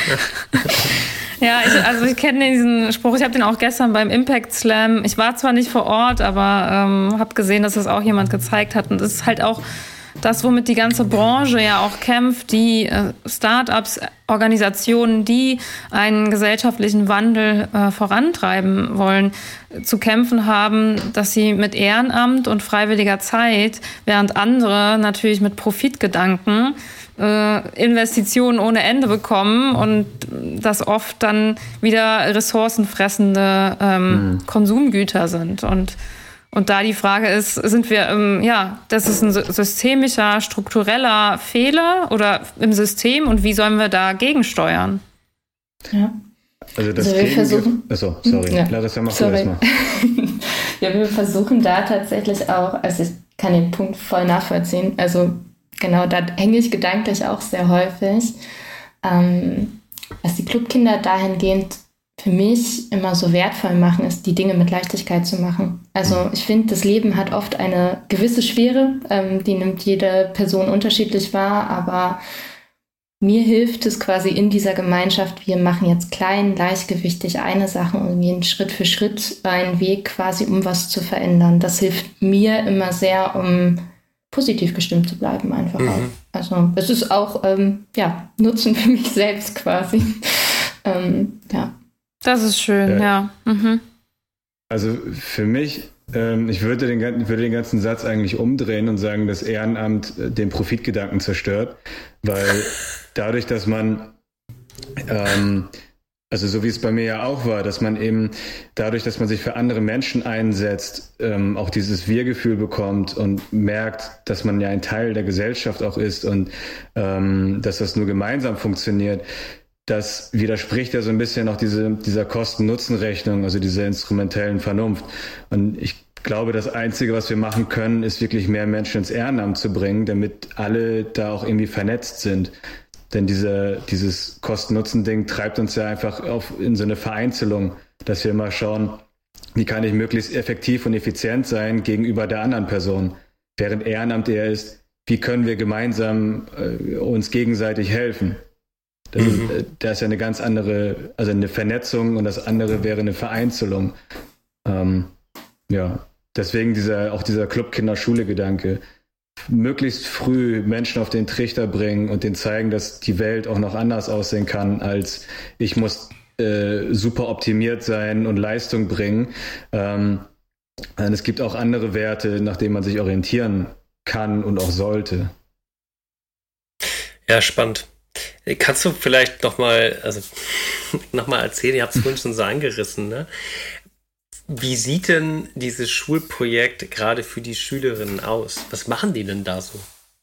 Ja, ich kenne diesen Spruch. Ich habe den auch gestern beim Impact Slam. Ich war zwar nicht vor Ort, aber habe gesehen, dass das auch jemand gezeigt hat. Und es ist halt auch das, womit die ganze Branche ja auch kämpft, die Start-ups, Organisationen, die einen gesellschaftlichen Wandel vorantreiben wollen, zu kämpfen haben, dass sie mit Ehrenamt und freiwilliger Zeit, während andere natürlich mit Profitgedanken Investitionen ohne Ende bekommen und das oft dann wieder ressourcenfressende Konsumgüter sind. Und da die Frage ist, sind wir, das ist ein systemischer, struktureller Fehler oder im System und wie sollen wir da gegensteuern? Ja. Also das wir versuchen... Achso, sorry. Ja. Larissa, mach du das mal. Ja, wir versuchen da tatsächlich auch, also ich kann den Punkt voll nachvollziehen, also genau, da hänge ich gedanklich auch sehr häufig, was die Clubkinder dahingehend für mich immer so wertvoll machen, ist, die Dinge mit Leichtigkeit zu machen. Also ich finde, das Leben hat oft eine gewisse Schwere, die nimmt jede Person unterschiedlich wahr, aber mir hilft es quasi in dieser Gemeinschaft, wir machen jetzt klein, leichtgewichtig eine Sache und gehen Schritt für Schritt einen Weg quasi, um was zu verändern. Das hilft mir immer sehr, um positiv gestimmt zu bleiben einfach auch. Also es ist auch Nutzen für mich selbst quasi. Ja. Das ist schön, ja. Also für mich, ich würde den ganzen Satz eigentlich umdrehen und sagen, dass Ehrenamt den Profitgedanken zerstört, weil dadurch, dass man, also so wie es bei mir ja auch war, dass man eben dadurch, dass man sich für andere Menschen einsetzt, auch dieses Wir-Gefühl bekommt und merkt, dass man ja ein Teil der Gesellschaft auch ist und dass das nur gemeinsam funktioniert. Das widerspricht ja so ein bisschen auch dieser Kosten-Nutzen-Rechnung, also dieser instrumentellen Vernunft. Und ich glaube, das Einzige, was wir machen können, ist wirklich mehr Menschen ins Ehrenamt zu bringen, damit alle da auch irgendwie vernetzt sind. Denn dieses Kosten-Nutzen-Ding treibt uns ja einfach in so eine Vereinzelung, dass wir mal schauen, wie kann ich möglichst effektiv und effizient sein gegenüber der anderen Person. Während Ehrenamt eher ist, wie können wir gemeinsam uns gegenseitig helfen. Da ist ja eine ganz andere, also eine Vernetzung und das andere wäre eine Vereinzelung. Deswegen dieser Clubkinder-Schule-Gedanke. Möglichst früh Menschen auf den Trichter bringen und denen zeigen, dass die Welt auch noch anders aussehen kann, als ich muss super optimiert sein und Leistung bringen. Und es gibt auch andere Werte, nach denen man sich orientieren kann und auch sollte. Ja, spannend. Kannst du vielleicht nochmal erzählen, ihr habt es vorhin schon so angerissen, ne? Wie sieht denn dieses Schulprojekt gerade für die Schülerinnen aus? Was machen die denn da so?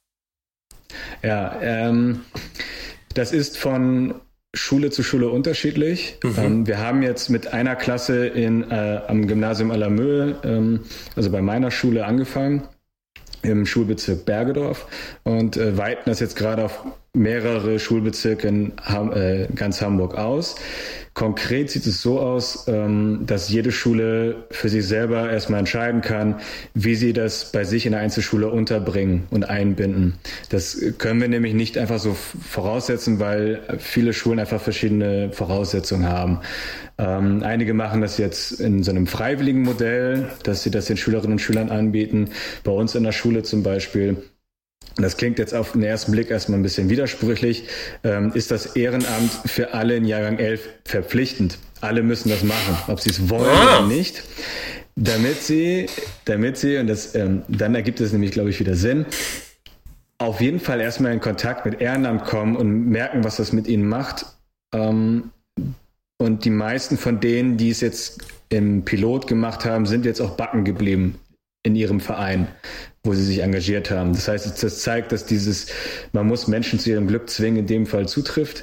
Ja, das ist von Schule zu Schule unterschiedlich. Wir haben jetzt mit einer Klasse am Gymnasium Allermöhe, also bei meiner Schule, angefangen, im Schulbezirk Bergedorf und weiten das jetzt gerade auf mehrere Schulbezirke in ganz Hamburg aus. Konkret sieht es so aus, dass jede Schule für sich selber erstmal entscheiden kann, wie sie das bei sich in der Einzelschule unterbringen und einbinden. Das können wir nämlich nicht einfach so voraussetzen, weil viele Schulen einfach verschiedene Voraussetzungen haben. Einige machen das jetzt in so einem freiwilligen Modell, dass sie das den Schülerinnen und Schülern anbieten. Bei uns in der Schule zum Beispiel. Das klingt jetzt auf den ersten Blick erstmal ein bisschen widersprüchlich, ist das Ehrenamt für alle in Jahrgang 11 verpflichtend. Alle müssen das machen, ob sie es wollen oder nicht, damit sie, und das, dann ergibt es nämlich, glaube ich, wieder Sinn, auf jeden Fall erstmal in Kontakt mit Ehrenamt kommen und merken, was das mit ihnen macht. Und die meisten von denen, die es jetzt im Pilot gemacht haben, sind jetzt auch backen geblieben in ihrem Verein, wo sie sich engagiert haben. Das heißt, das zeigt, dass man muss Menschen zu ihrem Glück zwingen, in dem Fall zutrifft.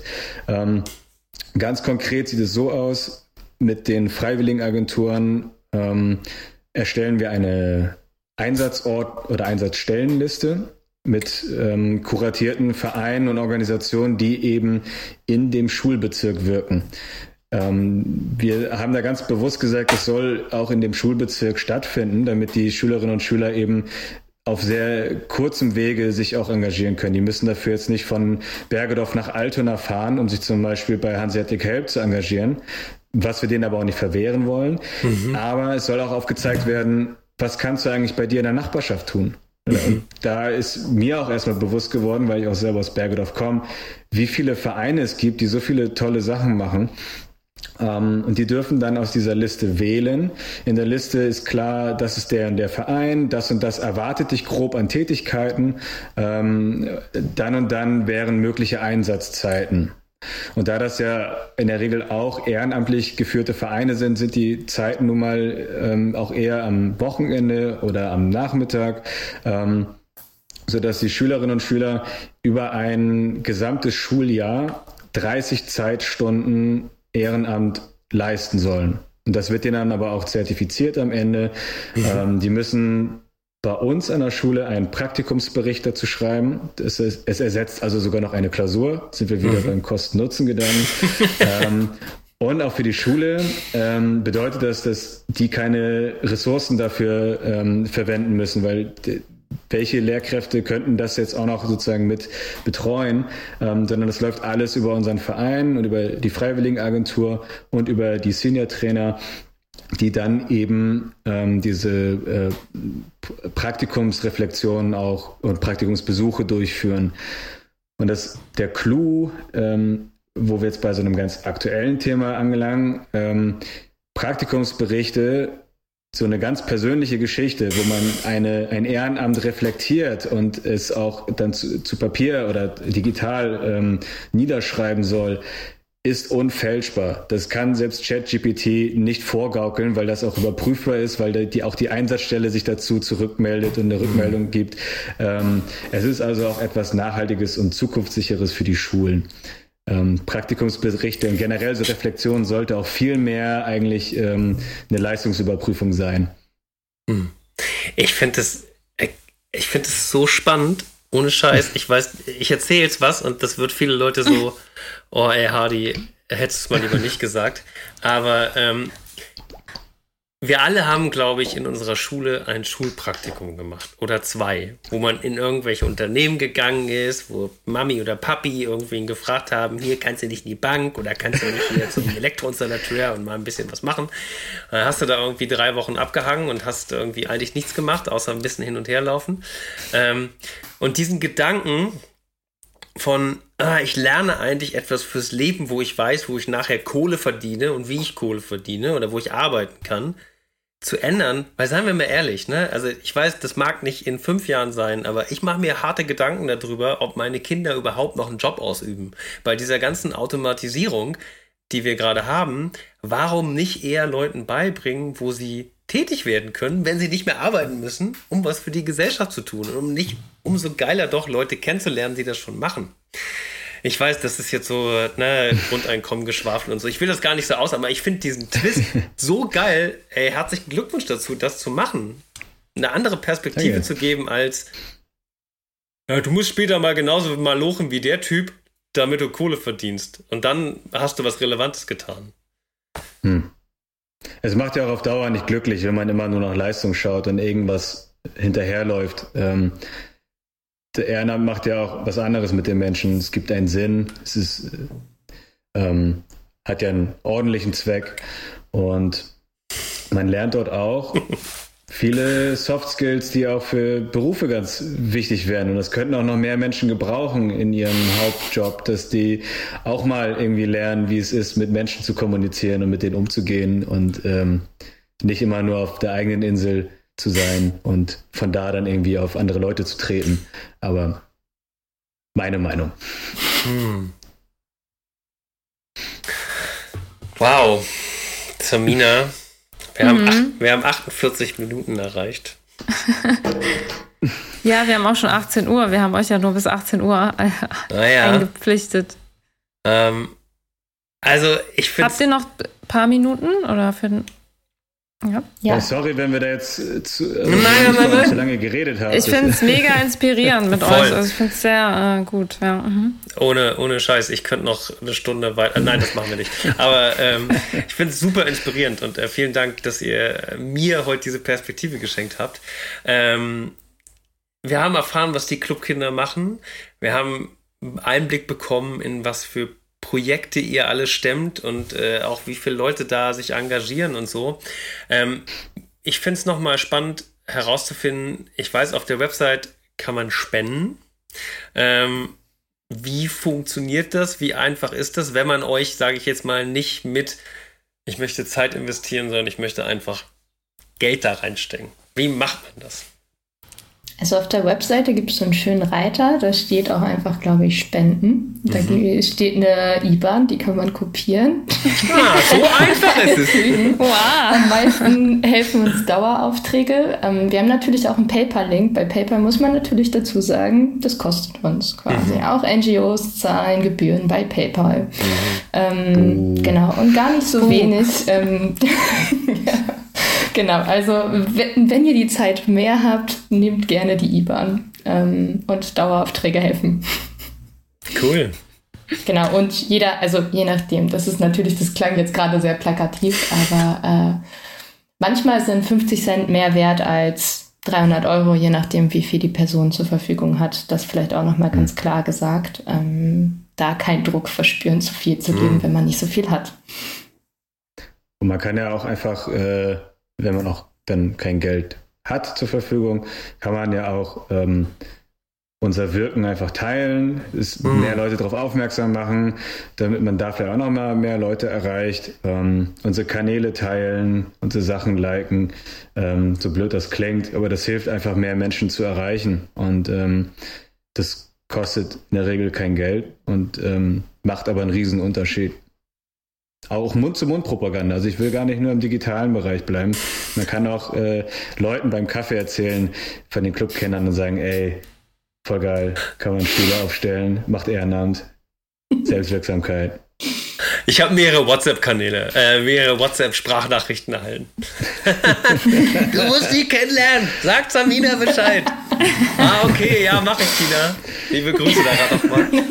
Ganz konkret sieht es so aus, mit den Freiwilligenagenturen erstellen wir eine Einsatzort- oder Einsatzstellenliste mit kuratierten Vereinen und Organisationen, die eben in dem Schulbezirk wirken. Wir haben da ganz bewusst gesagt, es soll auch in dem Schulbezirk stattfinden, damit die Schülerinnen und Schüler eben auf sehr kurzem Wege sich auch engagieren können. Die müssen dafür jetzt nicht von Bergedorf nach Altona fahren, um sich zum Beispiel bei Hanseatic Help zu engagieren, was wir denen aber auch nicht verwehren wollen. Aber es soll auch aufgezeigt werden, was kannst du eigentlich bei dir in der Nachbarschaft tun? Und da ist mir auch erstmal bewusst geworden, weil ich auch selber aus Bergedorf komme, wie viele Vereine es gibt, die so viele tolle Sachen machen. Und die dürfen dann aus dieser Liste wählen. In der Liste ist klar, das ist der und der Verein, das und das erwartet dich grob an Tätigkeiten. Dann und dann wären mögliche Einsatzzeiten. Und da das ja in der Regel auch ehrenamtlich geführte Vereine sind, sind die Zeiten nun mal auch eher am Wochenende oder am Nachmittag, sodass die Schülerinnen und Schüler über ein gesamtes Schuljahr 30 Zeitstunden Ehrenamt leisten sollen. Und das wird denen dann aber auch zertifiziert am Ende. Die müssen bei uns an der Schule einen Praktikumsbericht dazu schreiben. Es ersetzt also sogar noch eine Klausur. Sind wir wieder beim Kosten-Nutzen-Gedanken. Und auch für die Schule bedeutet das, dass die keine Ressourcen dafür verwenden müssen, weil welche Lehrkräfte könnten das jetzt auch noch sozusagen mit betreuen, sondern das läuft alles über unseren Verein und über die Freiwilligenagentur und über die Senior-Trainer, die dann eben diese Praktikumsreflexionen auch und Praktikumsbesuche durchführen. Und der Clou, wo wir jetzt bei so einem ganz aktuellen Thema angelangen, Praktikumsberichte, so eine ganz persönliche Geschichte, wo man ein Ehrenamt reflektiert und es auch dann zu Papier oder digital niederschreiben soll, ist unfälschbar. Das kann selbst ChatGPT nicht vorgaukeln, weil das auch überprüfbar ist, weil auch die Einsatzstelle sich dazu zurückmeldet und eine Rückmeldung gibt. Es ist also auch etwas Nachhaltiges und Zukunftssicheres für die Schulen. Praktikumsberichte und generell so Reflexionen sollte auch viel mehr eigentlich eine Leistungsüberprüfung sein. Ich finde es so spannend, ohne Scheiß. Ich weiß, ich erzähle jetzt was und das wird viele Leute so, oh ey Hardy, hättest du es mal lieber nicht gesagt. Aber wir alle haben, glaube ich, in unserer Schule ein Schulpraktikum gemacht oder 2, wo man in irgendwelche Unternehmen gegangen ist, wo Mami oder Papi irgendwen gefragt haben, hier kannst du nicht in die Bank oder kannst du nicht hier zum Elektroinstallateur und mal ein bisschen was machen. Dann hast du da irgendwie 3 Wochen abgehangen und hast irgendwie eigentlich nichts gemacht, außer ein bisschen hin und her laufen. Und diesen Gedanken von, ich lerne eigentlich etwas fürs Leben, wo ich weiß, wo ich nachher Kohle verdiene und wie ich Kohle verdiene oder wo ich arbeiten kann, zu ändern, weil seien wir mal ehrlich, ne? Also ich weiß, das mag nicht in 5 Jahren sein, aber ich mache mir harte Gedanken darüber, ob meine Kinder überhaupt noch einen Job ausüben. Bei dieser ganzen Automatisierung, die wir gerade haben, warum nicht eher Leuten beibringen, wo sie tätig werden können, wenn sie nicht mehr arbeiten müssen, um was für die Gesellschaft zu tun und umso geiler doch Leute kennenzulernen, die das schon machen. Ich weiß, das ist jetzt so, ne, Grundeinkommen geschwafelt und so. Ich will das gar nicht so aus, aber ich finde diesen Twist so geil. Ey, herzlichen Glückwunsch dazu, das zu machen. Eine andere Perspektive zu geben als, ja, du musst später mal genauso malochen wie der Typ, damit du Kohle verdienst. Und dann hast du was Relevantes getan. Es macht ja auch auf Dauer nicht glücklich, wenn man immer nur nach Leistung schaut und irgendwas hinterherläuft. Der Ehrenamt macht ja auch was anderes mit den Menschen. Es gibt einen Sinn, es ist, hat ja einen ordentlichen Zweck und man lernt dort auch viele Soft Skills, die auch für Berufe ganz wichtig werden. Und das könnten auch noch mehr Menschen gebrauchen in ihrem Hauptjob, dass die auch mal irgendwie lernen, wie es ist, mit Menschen zu kommunizieren und mit denen umzugehen und nicht immer nur auf der eigenen Insel zu sein und von da dann irgendwie auf andere Leute zu treten. Aber meine Meinung. Wow. Samina, wir haben 48 Minuten erreicht. Ja, wir haben auch schon 18 Uhr. Wir haben euch ja nur bis 18 Uhr eingepflichtet. Also ich finde... Habt ihr noch ein paar Minuten? Oder für... Ja. Sorry, wenn wir da jetzt zu lange geredet haben. Ich finde es mega inspirierend mit euch. Also ich finde es sehr gut. Ja. Ohne Scheiß, ich könnte noch eine Stunde weiter. Nein, das machen wir nicht. Aber ich finde es super inspirierend und vielen Dank, dass ihr mir heute diese Perspektive geschenkt habt. Wir haben erfahren, was die Clubkinder machen. Wir haben Einblick bekommen, in was für Projekte ihr alle stemmt und auch wie viele Leute da sich engagieren und so. Ich finde es nochmal spannend herauszufinden, ich weiß, auf der Website kann man spenden. Wie funktioniert das? Wie einfach ist das, wenn man euch, sage ich jetzt mal, nicht mit, ich möchte Zeit investieren, sondern ich möchte einfach Geld da reinstecken? Wie macht man das? Also auf der Webseite gibt es so einen schönen Reiter, da steht auch einfach, glaube ich, Spenden. Da steht eine IBAN, die kann man kopieren. Ah, so einfach ist es. Wow. Am meisten helfen uns Daueraufträge. Wir haben natürlich auch einen PayPal-Link. Bei PayPal muss man natürlich dazu sagen, das kostet uns quasi. Auch NGOs zahlen Gebühren bei PayPal. Genau, und gar nicht so wenig. Ja. Genau, also wenn ihr die Zeit mehr habt, nehmt gerne die IBAN und Daueraufträge helfen. Cool. Genau, und jeder, also je nachdem, das klang jetzt gerade sehr plakativ, aber manchmal sind 50 Cent mehr wert als 300 Euro, je nachdem, wie viel die Person zur Verfügung hat. Das vielleicht auch nochmal ganz klar gesagt. Da keinen Druck verspüren, zu viel zu geben, wenn man nicht so viel hat. Und man kann ja auch einfach, wenn man auch dann kein Geld hat zur Verfügung, kann man ja auch unser Wirken einfach teilen, mehr Leute darauf aufmerksam machen, damit man dafür auch noch mal mehr Leute erreicht, unsere Kanäle teilen, unsere Sachen liken, so blöd das klingt, aber das hilft einfach, mehr Menschen zu erreichen und das kostet in der Regel kein Geld und macht aber einen riesen Unterschied. Auch Mund-zu-Mund-Propaganda. Also ich will gar nicht nur im digitalen Bereich bleiben. Man kann auch Leuten beim Kaffee erzählen von den Clubkennern und sagen, ey, voll geil, kann man Stühle aufstellen, macht Ehrenamt, Selbstwirksamkeit. Ich habe mehrere WhatsApp-Kanäle, mehrere WhatsApp-Sprachnachrichten erhalten. Du musst die kennenlernen. Sag Samina Bescheid. Ah, okay, ja, mach ich, Tina. Liebe Grüße da gerade nochmal.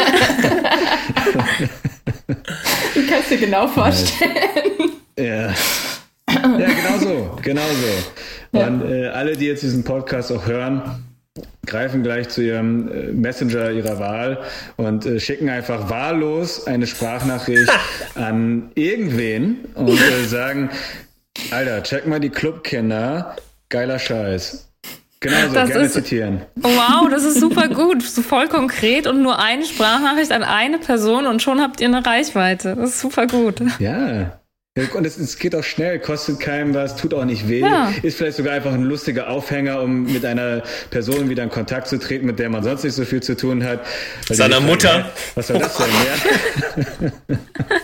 Du kannst dir genau vorstellen. Ja, genau so. Und alle, die jetzt diesen Podcast auch hören, greifen gleich zu ihrem Messenger ihrer Wahl und schicken einfach wahllos eine Sprachnachricht an irgendwen und sagen, Alter, check mal die Clubkinder, geiler Scheiß. Genau so, gerne zitieren. Wow, das ist super gut. So voll konkret und nur eine Sprachnachricht an eine Person und schon habt ihr eine Reichweite. Das ist super gut. Ja. Und es geht auch schnell, kostet keinem was, tut auch nicht weh. Ja. Ist vielleicht sogar einfach ein lustiger Aufhänger, um mit einer Person wieder in Kontakt zu treten, mit der man sonst nicht so viel zu tun hat. Seiner Mutter. Was soll das denn? Ja.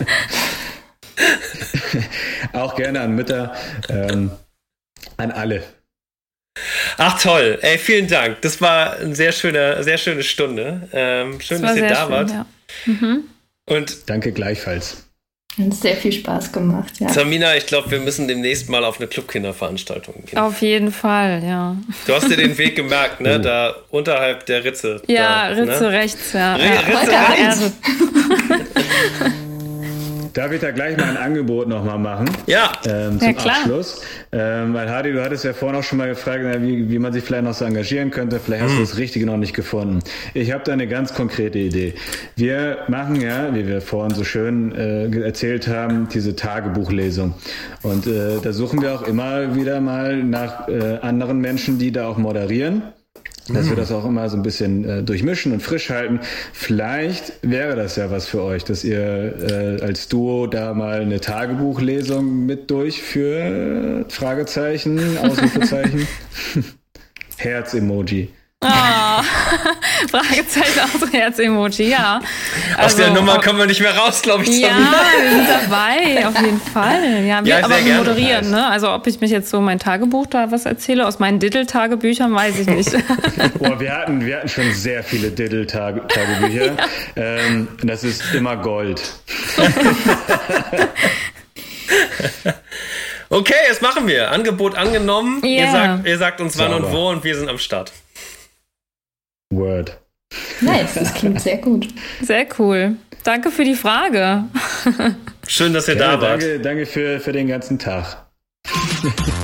Auch gerne an Mütter, an alle. Ach toll, ey, vielen Dank. Das war eine sehr schöne Stunde. Schön, dass ihr da wart. Ja. Und danke gleichfalls. Hat sehr viel Spaß gemacht, ja. Samina, ich glaube, wir müssen demnächst mal auf eine Clubkinderveranstaltung gehen. Auf jeden Fall, ja. Du hast dir den Weg gemerkt, ne? Da unterhalb der Ritze. Ja, da, Ritze ne? rechts, ja. Ritze rechts. Darf ich da gleich mal ein Angebot nochmal machen? Ja. Zum Abschluss. Weil Hadi, du hattest ja vorhin auch schon mal gefragt, wie man sich vielleicht noch so engagieren könnte. Vielleicht hast du das Richtige noch nicht gefunden. Ich habe da eine ganz konkrete Idee. Wir machen ja, wie wir vorhin so schön erzählt haben, diese Tagebuchlesung. Und da suchen wir auch immer wieder mal nach anderen Menschen, die da auch moderieren. Dass wir das auch immer so ein bisschen durchmischen und frisch halten. Vielleicht wäre das ja was für euch, dass ihr als Duo da mal eine Tagebuchlesung mit durchführt. Fragezeichen, Ausrufezeichen. Herz-Emoji. Oh, Fragezeichen, auch Herz-Emoji, ja. Aus der Nummer kommen wir nicht mehr raus, glaube ich. Ja, wir sind dabei, auf jeden Fall. Ja, aber wir moderieren, ne? Also ob ich mich jetzt so mein Tagebuch da was erzähle, aus meinen Diddle-Tagebüchern, weiß ich nicht. Boah, wir hatten schon sehr viele Diddle-Tagebücher. Ja. Das ist immer Gold. Okay, das machen wir. Angebot angenommen. Yeah. Ihr sagt uns wann und wo und wir sind am Start. Word. Nice, das klingt sehr gut. Sehr cool. Danke für die Frage. Schön, dass ihr da wart. Danke für den ganzen Tag.